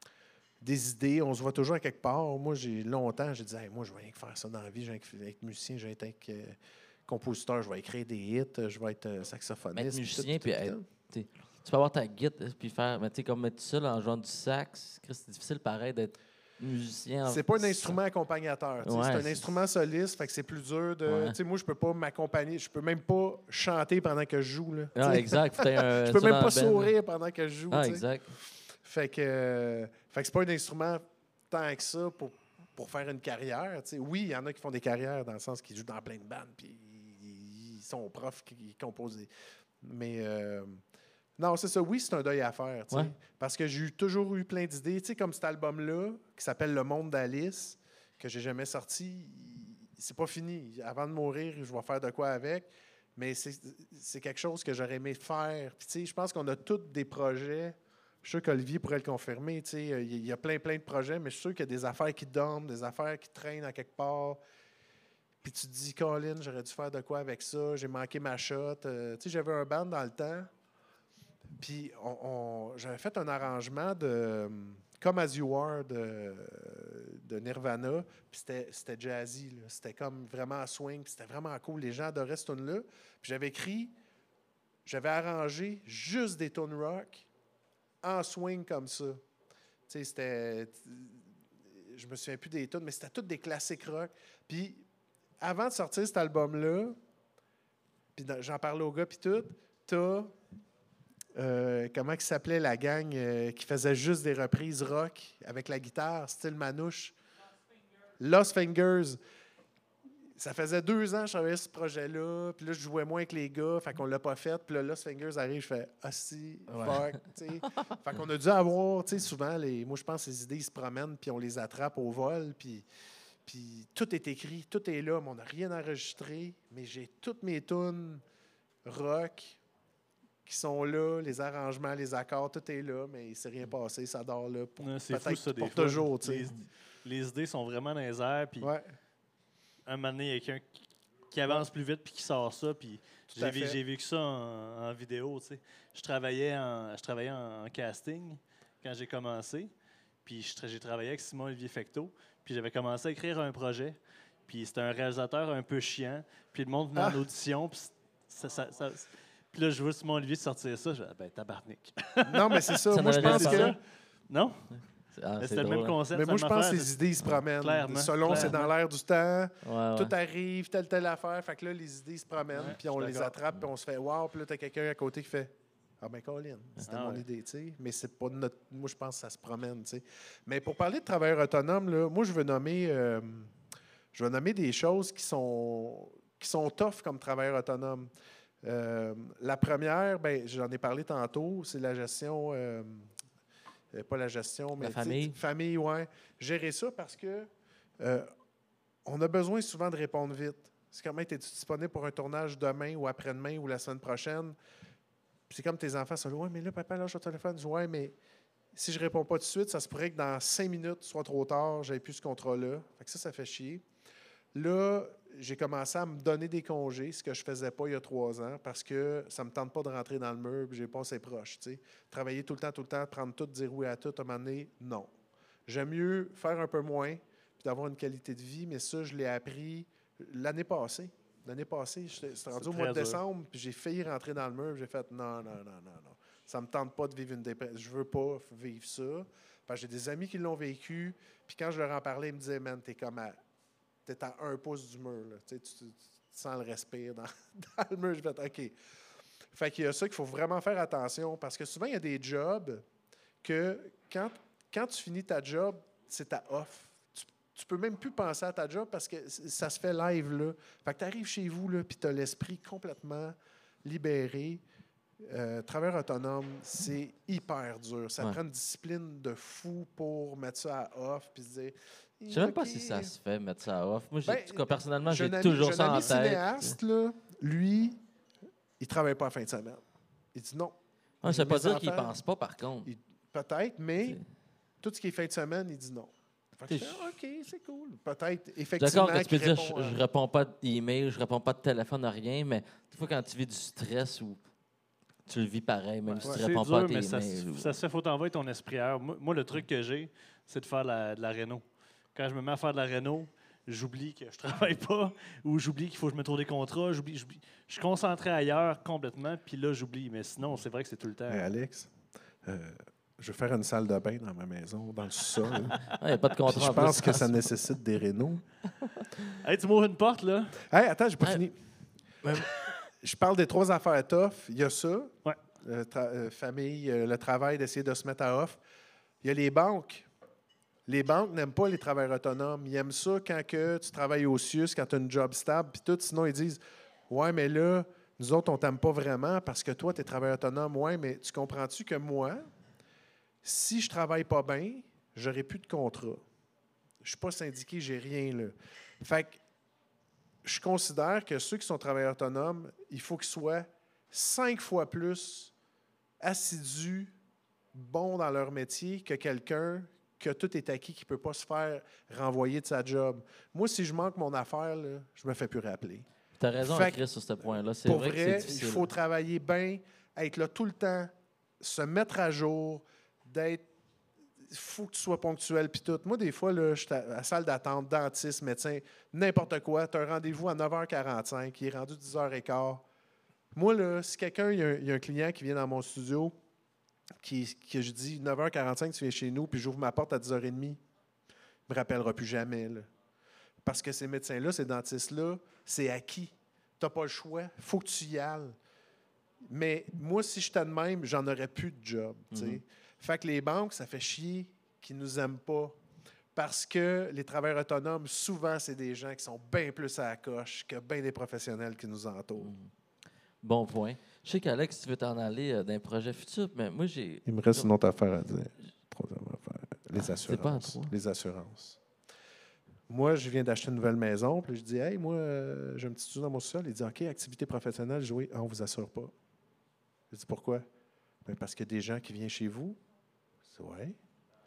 des idées. On se voit toujours à quelque part. Moi, j'ai longtemps, j'ai dit, hey, moi, je vais rien que faire ça dans la vie. Je vais être musicien, je vais être euh, compositeur, je vais écrire des hits, je vais être euh, saxophoniste. Mais être puis musicien tout, puis tout, être- tout. t'sais, tu peux avoir ta guitare puis faire, mais tu sais, comme être seul en jouant du sax, Chris, c'est difficile pareil d'être musicien. en- C'est pas un instrument accompagnateur. tu sais, Ouais, c'est un c'est- instrument soliste, fait que c'est plus dur de. Ouais. Tu sais, moi, je peux pas m'accompagner. Je peux même pas chanter pendant que je joue. Là, tu Ah, sais. exact. faut que t'aies un- Je peux ça même dans pas le band. sourire pendant que je joue. Ah, tu sais. exact. Fait que, euh, fait que c'est pas un instrument tant que ça pour, pour faire une carrière. tu sais. Oui, il y en a qui font des carrières dans le sens qu'ils jouent dans plein de bandes, puis ils, ils sont profs qui composent. des- Mais euh, non, c'est ça. Oui, c'est un deuil à faire. tu sais. Ouais. Parce que j'ai eu- toujours eu plein d'idées. Tu sais, comme cet album-là, qui s'appelle Le Monde d'Alice, que j'ai jamais sorti, il- c'est pas fini. Avant de mourir, je vais faire de quoi avec. Mais c'est c'est quelque chose que j'aurais aimé faire. Puis, tu sais, je pense qu'on a tous des projets. Je suis sûr qu'Olivier pourrait le confirmer. tu sais, Il y a plein, plein de projets, mais je suis sûr qu'il y a des affaires qui dorment, des affaires qui traînent à quelque part. Puis tu te dis, Colin, j'aurais dû faire de quoi avec ça. J'ai manqué ma shot. Euh, tu sais, j'avais un band dans le temps. Puis on, on- j'avais fait un arrangement de euh, Come As You Are de, de Nirvana. Puis c'était, c'était jazzy. là. C'était comme vraiment swing. Puis c'était vraiment cool. Les gens adoraient cette tune-là. Puis j'avais écrit, j'avais arrangé juste des tunes rock en swing comme ça. Tu sais, c'était... Je me souviens plus des tunes, mais c'était toutes des classiques rock. Puis avant de sortir cet album-là, puis dans- j'en parlais aux gars, puis tout, t'as... Euh, comment il s'appelait la gang euh, qui faisait juste des reprises rock avec la guitare, style manouche? Lost Fingers. Ça faisait deux ans que je travaillais sur ce projet-là, puis là, je jouais moins avec les gars, fait qu'on l'a pas fait, puis là, Lost Fingers arrive, je fais « Ah si, fuck! » tu sais. Fait qu'on a dû avoir, tu sais, souvent, les, moi, je pense que les idées, ils se promènent, puis on les attrape au vol, puis, puis tout est écrit, tout est là, mais on n'a rien enregistré, mais j'ai toutes mes tunes rock qui sont là, les arrangements, les accords, tout est là, mais il ne s'est rien passé, ça dort là pour, Ouais, c'est fou, peut-être ça, des pour fois. toujours. tu sais. Les, les idées sont vraiment dans les airs, puis Ouais, un moment donné, il y a quelqu'un qui, qui avance plus vite puis qui sort ça, puis Tout à j'ai, vu- fait. j'ai vécu ça en, en vidéo, tu sais. Je travaillais en, je travaillais en, en casting quand j'ai commencé, puis je tra- j'ai travaillé avec Simon-Olivier Fecteau, puis j'avais commencé à écrire un projet, puis c'était un réalisateur un peu chiant, puis le monde venait Ah! en audition, puis ça... ça- ça- puis là, je vois Simon-Olivier sortir ça, je dis, ben, tabarnak. non, mais c'est ça. Ça moi, je n'avait pense jamais que... parlé. Non? C'est- ah, Mais c'est c'était le même drôle, hein. concept. Mais c'est moi, la je même pense que affaire, les idées ils se promènent. Clairement, Selon, c'est dans clairement. l'air du temps. Ouais, ouais. Tout arrive, telle, telle affaire. Fait que là, les idées se promènent, Ouais, puis on je suis les d'accord. attrape, puis on se fait « Wow! » Puis là, t'as quelqu'un à côté qui fait « Ah ben Colin, c'était Ah mon ouais. idée, tu sais. » Mais c'est pas notre... Moi, je pense que ça se promène, tu sais. Mais pour parler de travailleurs autonomes, là, moi, je veux nommer... euh, je veux nommer des choses qui sont, qui sont tough comme travailleurs autonomes. Euh, la première, ben, j'en ai parlé tantôt, c'est la gestion... euh, euh, pas la gestion, mais... tu sais, famille. Famille, ouais. Gérer ça parce que... euh, on a besoin souvent de répondre vite. C'est comment es-tu disponible pour un tournage demain ou après-demain ou la semaine prochaine? Puis c'est comme tes enfants sont là, ouais, mais là, papa, lâche ton téléphone. Je dis, ouais, mais si je réponds pas tout de suite, ça se pourrait que dans cinq minutes, soit trop tard, j'avais plus ce contrat-là. Fait que ça, ça fait chier. Là, j'ai commencé à me donner des congés, ce que je faisais pas il y a trois ans, parce que ça me tente pas de rentrer dans le mur, puis j'ai pas assez proche. tu sais. Travailler tout le temps, tout le temps, prendre tout, dire oui à tout, à un moment donné, non. J'aime mieux faire un peu moins, puis d'avoir une qualité de vie, mais ça, je l'ai appris l'année passée. L'année passée, j'étais c'était rendu C'est au mois de très dur. décembre, puis j'ai failli rentrer dans le mur, puis j'ai fait non, non, non, non, non. Ça me tente pas de vivre une dépression. Je veux pas vivre ça. Parce que j'ai des amis qui l'ont vécu, puis quand je leur en parlais, ils me disaient, man, t'es comme à, t'es à un pouce du mur, là. Tu, sais, tu, tu- tu sens le respire dans, dans le mur. Je fait OK. Fait qu'il y a ça qu'il faut vraiment faire attention, parce que souvent, il y a des jobs que quand, quand tu finis ta job, c'est ta off. Tu, tu peux même plus penser à ta job parce que c- ça se fait live, là. Fait que tu arrives chez vous, là, puis tu as l'esprit complètement libéré. Euh, travailleur autonome, c'est hyper dur. Ça Ouais. prend une discipline de fou pour mettre ça à off puis se dire. Je sais même pas OK. si ça se fait, mettre ça off. Moi, j'ai, Ben, en tout cas, personnellement, J'ai j'ai un ami- toujours j'ai un ça en ami tête. cinéaste, là, lui, il travaille pas la fin de semaine. Il dit non. Ouais, ça veut pas Mes dire qu'il enfants, pense pas, par contre. il- Peut-être, mais C'est- tout ce qui est fin de semaine, il dit non. Fait que T'es- je fais, Ah, OK, c'est cool. Peut-être, Je suis effectivement. d'accord que tu peux qu'il dire répond je, à- je réponds pas d'email, je réponds pas de téléphone, à rien, mais des fois, quand tu vis du stress ou tu le vis pareil, même si Ouais, tu c'est réponds dur, pas à tes mais ça, emails. se- ou- ça se fait, faut t'envoyer ton esprit ailleurs. Moi, moi, le truc que j'ai, c'est de faire la- de la réno. Quand je me mets à faire de la réno, j'oublie que je travaille pas ou j'oublie qu'il faut que je me trouve des contrats. J'oublie, j'oublie. Je suis concentré ailleurs complètement, puis là, j'oublie. Mais sinon, c'est vrai que c'est tout le temps. Hey, Alex, euh, je vais faire une salle de bain dans ma maison, dans le sol. Il n'y a pas de Puis contrat je en pense plus. que ça nécessite des rénaux. Hey, tu m'ouvres une porte, là? Hey, attends, j'ai pas Ouais. fini. Je parle des trois affaires tough. Il y a ça. Ouais. Euh, tra- euh, famille, euh, le travail, d'essayer de se mettre à off. Il y a les banques. Les banques n'aiment pas les travailleurs autonomes. Ils aiment ça quand que tu travailles au C I U S, quand tu as une job stable, puis tout. Sinon, ils disent Ouais, mais là, nous autres, on t'aime pas vraiment parce que toi, tu es travailleur autonome. Ouais, mais tu comprends-tu que moi, si je travaille pas bien, j'aurai plus de contrat. Je suis pas syndiqué, j'ai rien là. Fait que je considère que ceux qui sont travailleurs autonomes, il faut qu'ils soient cinq fois plus assidus, bons dans leur métier que quelqu'un que tout est acquis, qui ne peut pas se faire renvoyer de sa job. Moi, si je manque mon affaire, là, je me fais plus rappeler. Tu as raison, Fait que, Chris, sur ce point-là. C'est Pour vrai, que vrai, c'est il difficile. faut travailler bien, être là tout le temps, se mettre à jour, d'être. Il faut que tu sois ponctuel puis tout. Moi, des fois, là, je suis à la salle d'attente, dentiste, médecin, n'importe quoi. Tu as un rendez-vous à neuf heures quarante-cinq, il est rendu dix heures quinze. Moi, là, si quelqu'un, il y, a un- il y a un client qui vient dans mon studio, qui, que je dis neuf heures quarante-cinq, tu viens chez nous, puis j'ouvre ma porte à dix heures trente, il ne me rappellera plus jamais. Là. Parce que ces médecins-là, ces dentistes-là, c'est acquis. Tu n'as pas le choix. Il faut que tu y ailles. Mais moi, si j'étais de même, j'en aurais plus de job. tu sais. Mhm. Fait que les banques, ça fait chier qu'ils ne nous aiment pas. Parce que les travailleurs autonomes, souvent, c'est des gens qui sont bien plus à la coche que bien des professionnels qui nous entourent. Bon point. Je sais qu'Alex, tu veux t'en aller euh, d'un projet futur, mais moi, j'ai. Il me reste une autre affaire à dire. Troisième affaire. Les Ah, c'est pas à assurances. trois. Les assurances. Moi, je viens d'acheter une nouvelle maison, puis je dis Hey, moi, euh, j'ai un petit studio dans mon sol. Il dit OK, activité professionnelle, je dis Oui, ah, on ne vous assure pas. Je dis Pourquoi? Ben, parce qu'il y a des gens qui viennent chez vous. Je dis Ouais.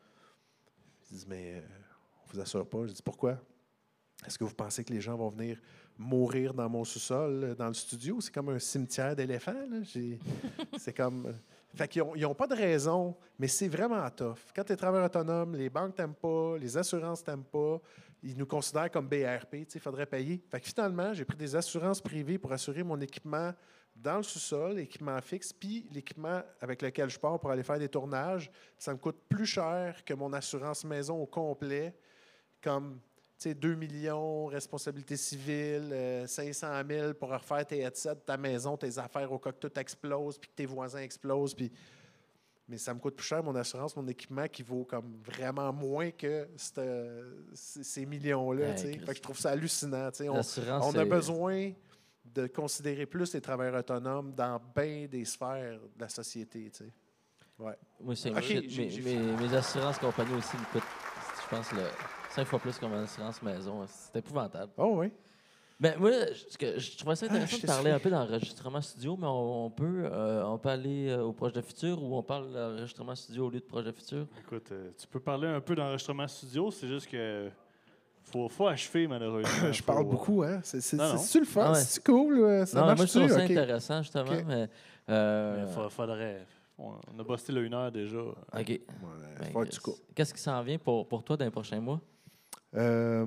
Il dit Mais euh, on ne vous assure pas. Je dis Pourquoi? Est-ce que vous pensez que les gens vont venir mourir dans mon sous-sol, euh, dans le studio? C'est comme un cimetière d'éléphants. là. J'ai- C'est comme. euh, Fait qu'ils n'ont pas de raison, mais c'est vraiment tough. Quand tu es travailleur autonome, les banques t'aiment pas, les assurances t'aiment pas, ils nous considèrent comme B R P, il faudrait payer. Fait que finalement, j'ai pris des assurances privées pour assurer mon équipement dans le sous-sol, l'équipement fixe, puis l'équipement avec lequel je pars pour aller faire des tournages. Ça me coûte plus cher que mon assurance maison au complet, comme tu sais, deux millions, responsabilité civile, euh, cinq cent mille pour refaire tes headsets, ta maison, tes affaires au cas que tout explose, puis que tes voisins explosent. Puis... Mais ça me coûte plus cher, mon assurance, mon équipement, qui vaut comme vraiment moins que cette, euh, c- ces millions-là. Ouais, tu sais. Christ. Fait que je trouve ça hallucinant. tu sais. On, L'assurance, on a c'est- besoin de considérer plus les travailleurs autonomes dans bien des sphères de la société. tu sais. Ouais. Moi, c'est Ok, shit, j'ai- mes, j'ai mes- mes assurances compagnie aussi me coûtent, je pense, le cinq fois plus que mon assurance maison. C'est épouvantable. Oh oui. Ben, moi, ce que, je trouvais ça intéressant Ah, je de te parler suis. un peu d'enregistrement studio, mais on, on peut, euh, on peut aller euh, au projet futur ou on parle d'enregistrement studio au lieu de projet futur. Écoute, euh, tu peux parler un peu d'enregistrement studio, c'est juste que faut, faut achever, malheureusement. Je Faut, parle euh, beaucoup, hein? C'est, c'est, Non, non. c'est-tu le fun? Ah ouais. C'est cool? euh, Ça non, moi, je marche-tu? trouve ça OK. intéressant, justement, OK. mais... euh, Mais fa- faudrait. On on a bossé là une heure déjà. OK. Ouais, Ben, faut que tu coupes. Qu'est-ce qui s'en vient pour, pour toi dans les prochains mois? Euh,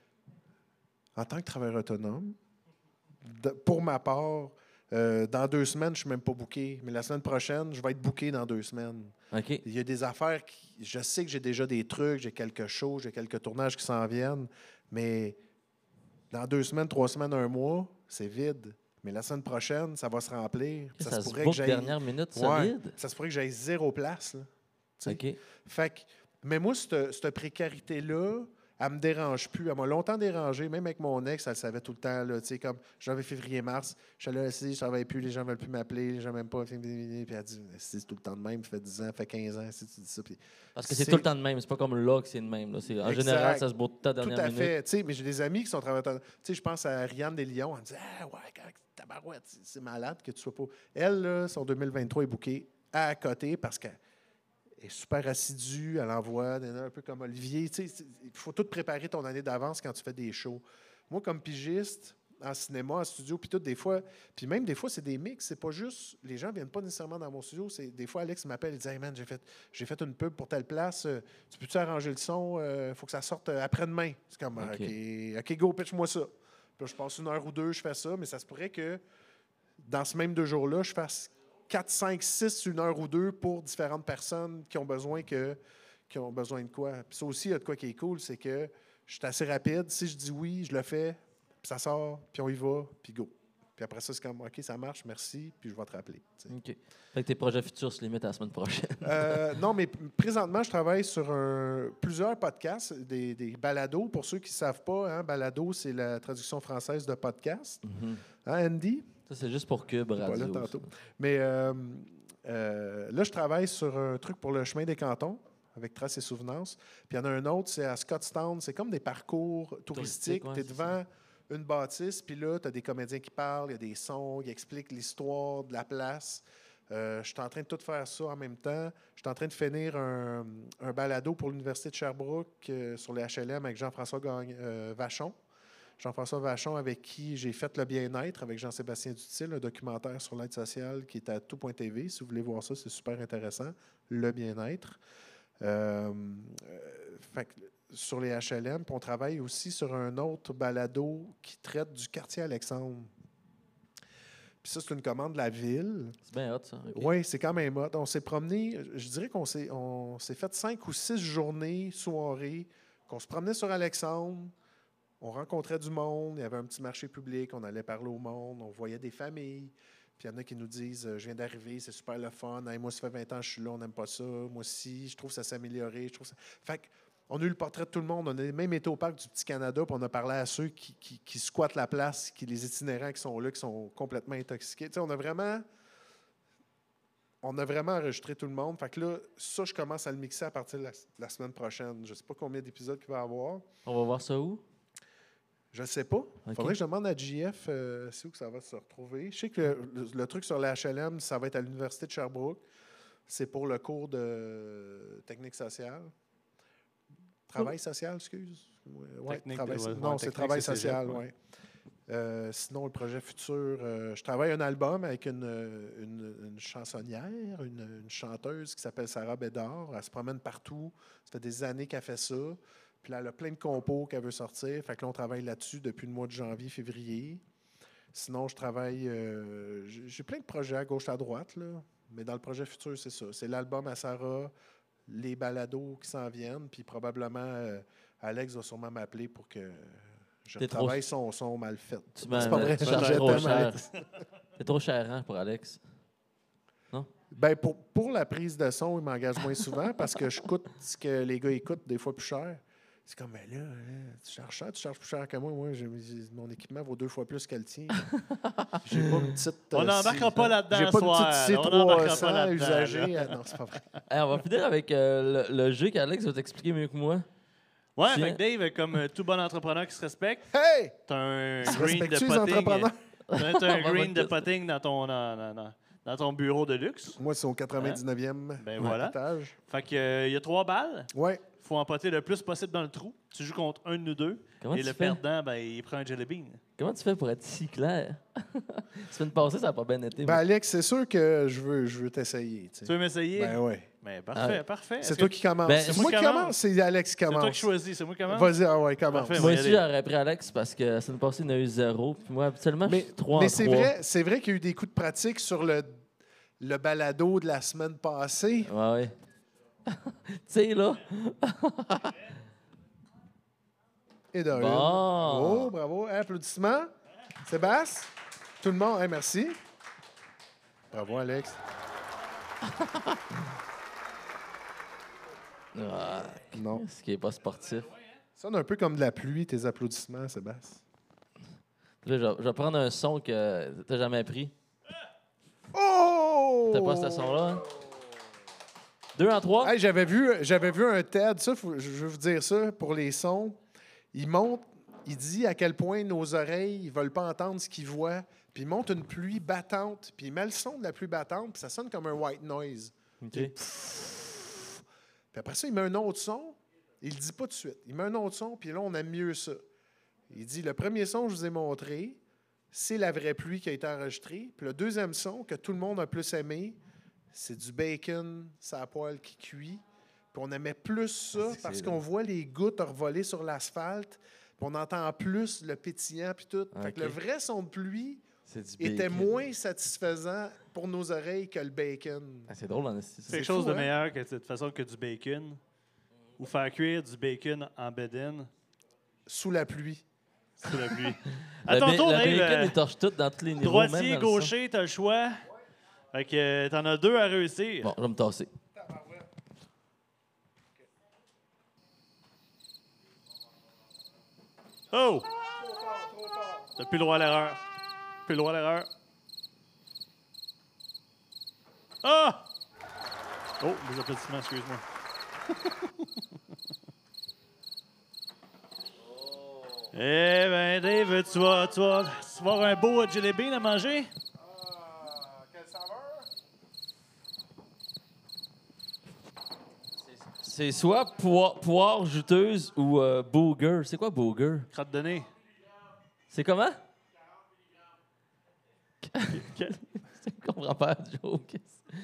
en tant que travailleur autonome, de- pour ma part, euh, dans deux semaines, je ne suis même pas booké. Mais la semaine prochaine, je vais être booké dans deux semaines. OK. Il y a des affaires qui. Je sais que j'ai déjà des trucs, j'ai quelques shows, j'ai quelques tournages qui s'en viennent, mais dans deux semaines, trois semaines, un mois, c'est vide. Mais la semaine prochaine, ça va se remplir. Ça, Ça, se se pourrait book que j'aille. dernière minute Ouais, solide? ça se pourrait que j'aille zéro place. là. Tu sais. OK. Fait que, mais moi, cette, cette précarité-là, elle me dérange plus. Elle m'a longtemps dérangé, même avec mon ex, elle le savait tout le temps. Là, tu sais, comme janvier, février, mars, je suis là, je ne travaille plus, les gens ne veulent plus m'appeler, les gens m'aiment pas. Puis elle dit, c'est tout le temps de même, ça fait dix ans, ça fait quinze ans, si tu dis ça. Puis Parce que c'est tout le temps de même. C'est pas comme là que c'est de même. Là. C'est, en Exact. général, ça se boit tout à la Tout dernière à minute. fait. Tu sais, mais j'ai des amis qui sont travailleurs. Tu sais, je pense à Rianne Deslions. Elle me dit ah, ouais, tabarouette, c'est malade que tu sois pas. Elle, là, son deux mille vingt-trois est bookée à côté parce qu'elle est super assidue. Elle envoie un peu comme Olivier. Tu sais, il faut tout préparer ton année d'avance quand tu fais des shows. Moi, comme pigiste, en cinéma, en studio, puis tout, des fois, puis même des fois, c'est des mix. C'est pas juste, les gens viennent pas nécessairement dans mon studio. C'est, des fois, Alex m'appelle et dit hey man, j'ai fait, j'ai fait une pub pour telle place. Euh, tu peux-tu arranger le son? Il euh, faut que ça sorte euh, après-demain. C'est comme, OK, OK, okay go, pitch-moi ça. Puis là, je passe une heure ou deux, je fais ça, mais ça se pourrait que dans ce même deux jours-là, je fasse quatre, cinq, six, une heure ou deux pour différentes personnes qui ont besoin que, qui ont besoin de quoi. Puis ça aussi, il y a de quoi qui est cool, c'est que je suis assez rapide. Si je dis oui, je le fais, puis ça sort, puis on y va, puis go. Puis après ça, c'est comme, OK, ça marche, merci, puis je vais te rappeler. T'sais. OK. Fait que tes projets futurs se limitent à la semaine prochaine. euh, non, mais présentement, je travaille sur un, plusieurs podcasts, des, des balados. Pour ceux qui ne savent pas, hein, balado, c'est la traduction française de podcast. Mm-hmm. Hein, Andy? Ça, c'est juste pour Cube Radio. Pas là tantôt. Mais euh, euh, là, je travaille sur un truc pour le chemin des cantons, avec Traces et Souvenances. Puis il y en a un autre, c'est à Scottstown. C'est comme des parcours touristiques. Touristique, ouais, tu es devant une bâtisse, puis là, tu as des comédiens qui parlent, il y a des sons, ils expliquent l'histoire de la place. Euh, je suis en train de tout faire ça en même temps. Je suis en train de finir un, un balado pour l'Université de Sherbrooke euh, sur les H L M avec Jean-François Gagne, euh, Vachon. Jean-François Vachon, avec qui j'ai fait le bien-être, avec Jean-Sébastien Dutil, un documentaire sur l'aide sociale qui est à tout point T V. Si vous voulez voir ça, c'est super intéressant. Le bien-être. Euh, euh, fait que, sur les H L M, puis on travaille aussi sur un autre balado qui traite du quartier Alexandre. Puis ça, c'est une commande de la ville. C'est bien hot, ça. Okay. Oui, c'est quand même hot. On s'est promené, je dirais qu'on s'est, on s'est fait cinq ou six journées, soirées, qu'on se promenait sur Alexandre. On rencontrait du monde, il y avait un petit marché public, on allait parler au monde, on voyait des familles. Puis il y en a qui nous disent « Je viens d'arriver, c'est super le fun. Hey, moi, ça fait vingt ans que je suis là, on n'aime pas ça. Moi aussi, je trouve que ça s'est amélioré. Je trouve ça... » Fait qu'on a eu le portrait de tout le monde. On a même été au parc du Petit Canada, puis on a parlé à ceux qui, qui, qui squattent la place, qui, les itinérants qui sont là, qui sont complètement intoxiqués. Tu sais, on a vraiment... On a vraiment enregistré tout le monde. Fait que là, ça, je commence à le mixer à partir de la, la semaine prochaine. Je ne sais pas combien d'épisodes il va y avoir. On va voir ça où? Je ne sais pas. Il Okay. faudrait que je demande à J F euh, c'est où que ça va se retrouver. Je sais que le, le, le truc sur la H L M, ça va être à l'Université de Sherbrooke. C'est pour le cours de technique sociale. Travail social, excuse. Ouais, Technique, travail, ouais, non, ouais, c'est technique, travail c'est social, cégep, oui. Euh, sinon, le projet futur, euh, je travaille un album avec une, une, une chansonnière, une, une chanteuse qui s'appelle Sarah Bédard. Elle se promène partout. Ça fait des années qu'elle fait ça. Puis là, elle a plein de compos qu'elle veut sortir. Fait que là, on travaille là-dessus depuis le mois de janvier, février. Sinon, je travaille... Euh, j'ai plein de projets à gauche, à droite, là. Mais dans le projet futur, c'est ça. C'est l'album à Sarah, les balados qui s'en viennent, puis probablement, euh, Alex va sûrement m'appeler pour que je T'es travaille trop... son son mal fait. Tu C'est pas vrai, tu je charges jette trop tellement cher. Alex. C'est trop cher, hein, pour Alex? Non? Ben pour, pour la prise de son, il m'engage moins souvent parce que je coûte ce que les gars écoutent des fois plus cher. C'est comme, ben là, hein, tu charges cher, tu charges plus cher que moi. Moi, j'ai, mon équipement vaut deux fois plus que le tien. J'ai pas une petite... On euh, n'embarquera C- pas là-dedans J'ai pas soir, une petite là. On n'embarquera pas C trois cents là-dedans, usagée. là. Ah, non, c'est pas vrai. Hey, on va finir avec euh, le, le jeu qu'Alex va t'expliquer mieux que moi. Ouais, Tiens. fait que Dave, comme euh, tout bon entrepreneur qui se respecte, Hey! t'as un Tu green de respectes-tu les potting. entrepreneurs? T'as un On va green de voir potting dans ton, dans, dans- dans- dans ton bureau de luxe. Moi, c'est au quatre-vingt-dix-neuvième Ben voilà. étage. Fait que euh, il y a trois balles. Ouais. Faut en poter le plus possible dans le trou. Tu joues contre un de nous deux. Comment et tu le fais? perdant, ben, il prend un jelly bean. Comment tu fais pour être si clair? Semaine passée, ça n'a pas bien été. Ben, moi. Alex, c'est sûr que je veux, je veux t'essayer. tu sais. Tu veux m'essayer? Ben ouais. Ben, parfait, Ah ouais. parfait. C'est Est-ce toi que- qui commence. Ben, c'est c'est moi moi qui qui commence, c'est Alex qui C'est commence. toi qui choisis. C'est moi qui commence? Vas-y, ah ouais, commence. Parfait. Moi on va y aussi, aller. j'aurais pris Alex parce que la semaine passée, il y en a eu zéro. Puis moi, habituellement, je Mais, suis trois mais en c'est trois. vrai, c'est vrai qu'il y a eu des coups de pratique sur le, le balado de la semaine passée. Ouais, ouais. Tu sais, là. Et de une. Bon. Oh, bravo. Applaudissements. Sébastien. Tout le monde. Hey, merci. Bravo, Alex. Ah, Non. ce qui n'est pas sportif. sonne un peu comme de la pluie, tes applaudissements, Sébastien. Là, je, vais- je vais prendre un son que t'as jamais pris. Oh! T'as pas ce son-là, hein? Deux en trois? Hey, j'avais vu, j'avais vu un TED, ça, faut- je veux vous dire ça, pour les sons. Il montre, il dit à quel point nos oreilles ne veulent pas entendre ce qu'ils voient. Puis il montre une pluie battante, puis il met le son de la pluie battante, puis ça sonne comme un white noise. OK. Puis après ça, il met un autre son. Il le dit pas tout de suite. Il met un autre son, puis là, on aime mieux ça. Il dit, le premier son que je vous ai montré, c'est la vraie pluie qui a été enregistrée. Puis le deuxième son que tout le monde a plus aimé, c'est du bacon, ça poêle qui cuit. Puis on aimait plus ça c'est parce c'est qu'on voit les gouttes revoler sur l'asphalte, puis on entend plus le pétillant, puis tout. Fait que OK. le vrai son de pluie C'est du était bacon. moins satisfaisant pour nos oreilles que le bacon. Ah, c'est drôle, en esti, C'est ça. quelque chose fou, de hein? meilleur que, de toute façon que du bacon. Ou faire cuire du bacon en bedaine Sous la pluie. sous la pluie. Le, À ton ba- tour, le Dave. bacon, euh, il torche tout dans tous les niveaux. droitier, même dans le son. gaucher, t'as le choix. Fait que euh, t'en as deux à réussir. Bon, je vais me tasser. Oh! T'as plus le droit à l'erreur. Plus le droit à l'erreur. Ah! Oh, des applaudissements, excuse-moi. Eh ben, Dave, tu vas, tu, vas, tu vas avoir un beau jelly bean à manger? Quelle saveur? C'est soit poire, poire juteuse ou euh, booger. C'est quoi booger? Crotte de nez. C'est comment? Quel- Je comprends pas la joke.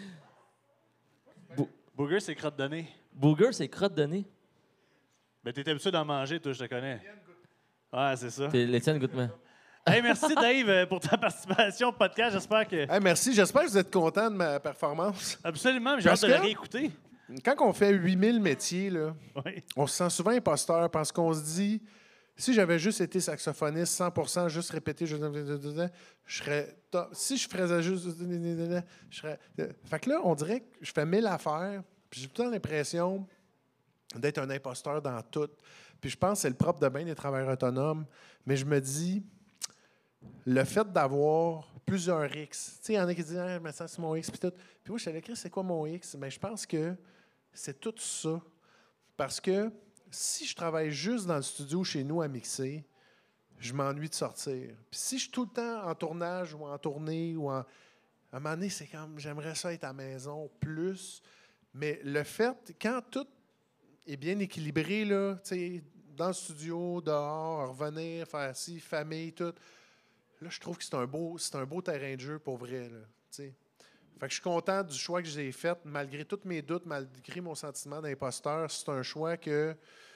Booger, c'est crotte de nez. Booger, c'est crotte de nez. Ben, t'es habitué d'en manger, toi, je te connais. Ouais, c'est ça. T'es- L'Étienne goûte-moi. Hey, merci, Dave, euh, pour ta participation au podcast. J'espère que. Hey, merci. J'espère que vous êtes content de ma performance. Absolument, mais j'ai hâte Parce de le que- réécouter. Quand on fait huit mille métiers, là, Oui. on se sent souvent imposteur parce qu'on se dit, si j'avais juste été saxophoniste, cent pour cent, juste répété, je, je serais top. Si je faisais juste, je serais. Fait que là, on dirait que je fais mille affaires, puis j'ai tout le temps l'impression d'être un imposteur dans tout. Puis je pense que c'est le propre de bien des travailleurs autonomes, mais je me dis, le fait d'avoir plusieurs X, tu sais, il y en a qui disent, ah, je me sens c'est mon X, puis tout. Puis moi, je suis allé écrire, c'est quoi mon X? Mais je pense que c'est tout ça. Parce que si je travaille juste dans le studio chez nous à mixer, je m'ennuie de sortir. Puis si je suis tout le temps en tournage ou en tournée, ou en... à un moment donné, c'est comme, j'aimerais ça être à la maison plus. Mais le fait, quand tout est bien équilibré, là, tu sais, dans le studio, dehors, revenir, faire ci, famille, tout, là, je trouve que c'est un beau, c'est un beau terrain de jeu pour vrai, là, tu sais. Fait que je suis content du choix que j'ai fait, malgré tous mes doutes, malgré mon sentiment d'imposteur. C'est un choix que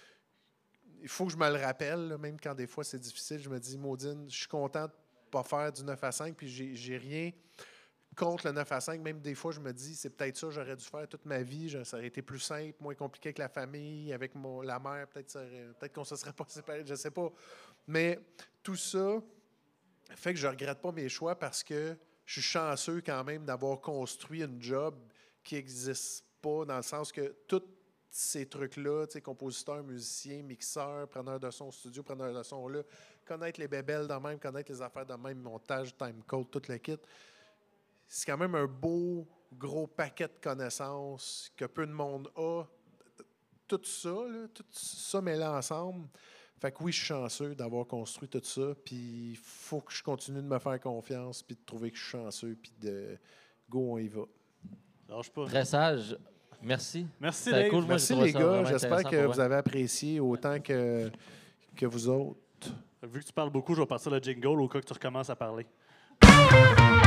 il faut que je me le rappelle, là, même quand des fois c'est difficile. Je me dis, Maudine, je suis content de ne pas faire du neuf à cinq, puis j'ai, j'ai rien contre le neuf à cinq. Même des fois, je me dis, c'est peut-être ça que j'aurais dû faire toute ma vie. Je- ça aurait été plus simple, moins compliqué avec la famille, avec mon, la mère. Peut-être, ça aurait- peut-être qu'on ne se serait pas séparés, je ne sais pas. Mais tout ça fait que je ne regrette pas mes choix parce que je suis chanceux quand même d'avoir construit une job qui n'existe pas, dans le sens que tous ces trucs-là, tu sais, compositeur, musicien, mixeur, preneur de son studio, preneur de son là, connaître les bébelles de même, connaître les affaires de même, montage, timecode, tout le kit, c'est quand même un beau, gros paquet de connaissances que peu de monde a. Tout ça, là, tout ça mêlé ensemble. Fait que oui, je suis chanceux d'avoir construit tout ça, puis il faut que je continue de me faire confiance, puis de trouver que je suis chanceux, puis de go, on y va. Lâche pas. Très sage. Merci. Merci, C'était Dave. cool. Moi, Merci j'ai trouvé les ça gars, vraiment j'espère intéressant que pour vous vrai. avez apprécié autant que, que vous autres. Vu que tu parles beaucoup, je vais partir le jingle au cas que tu recommences à parler.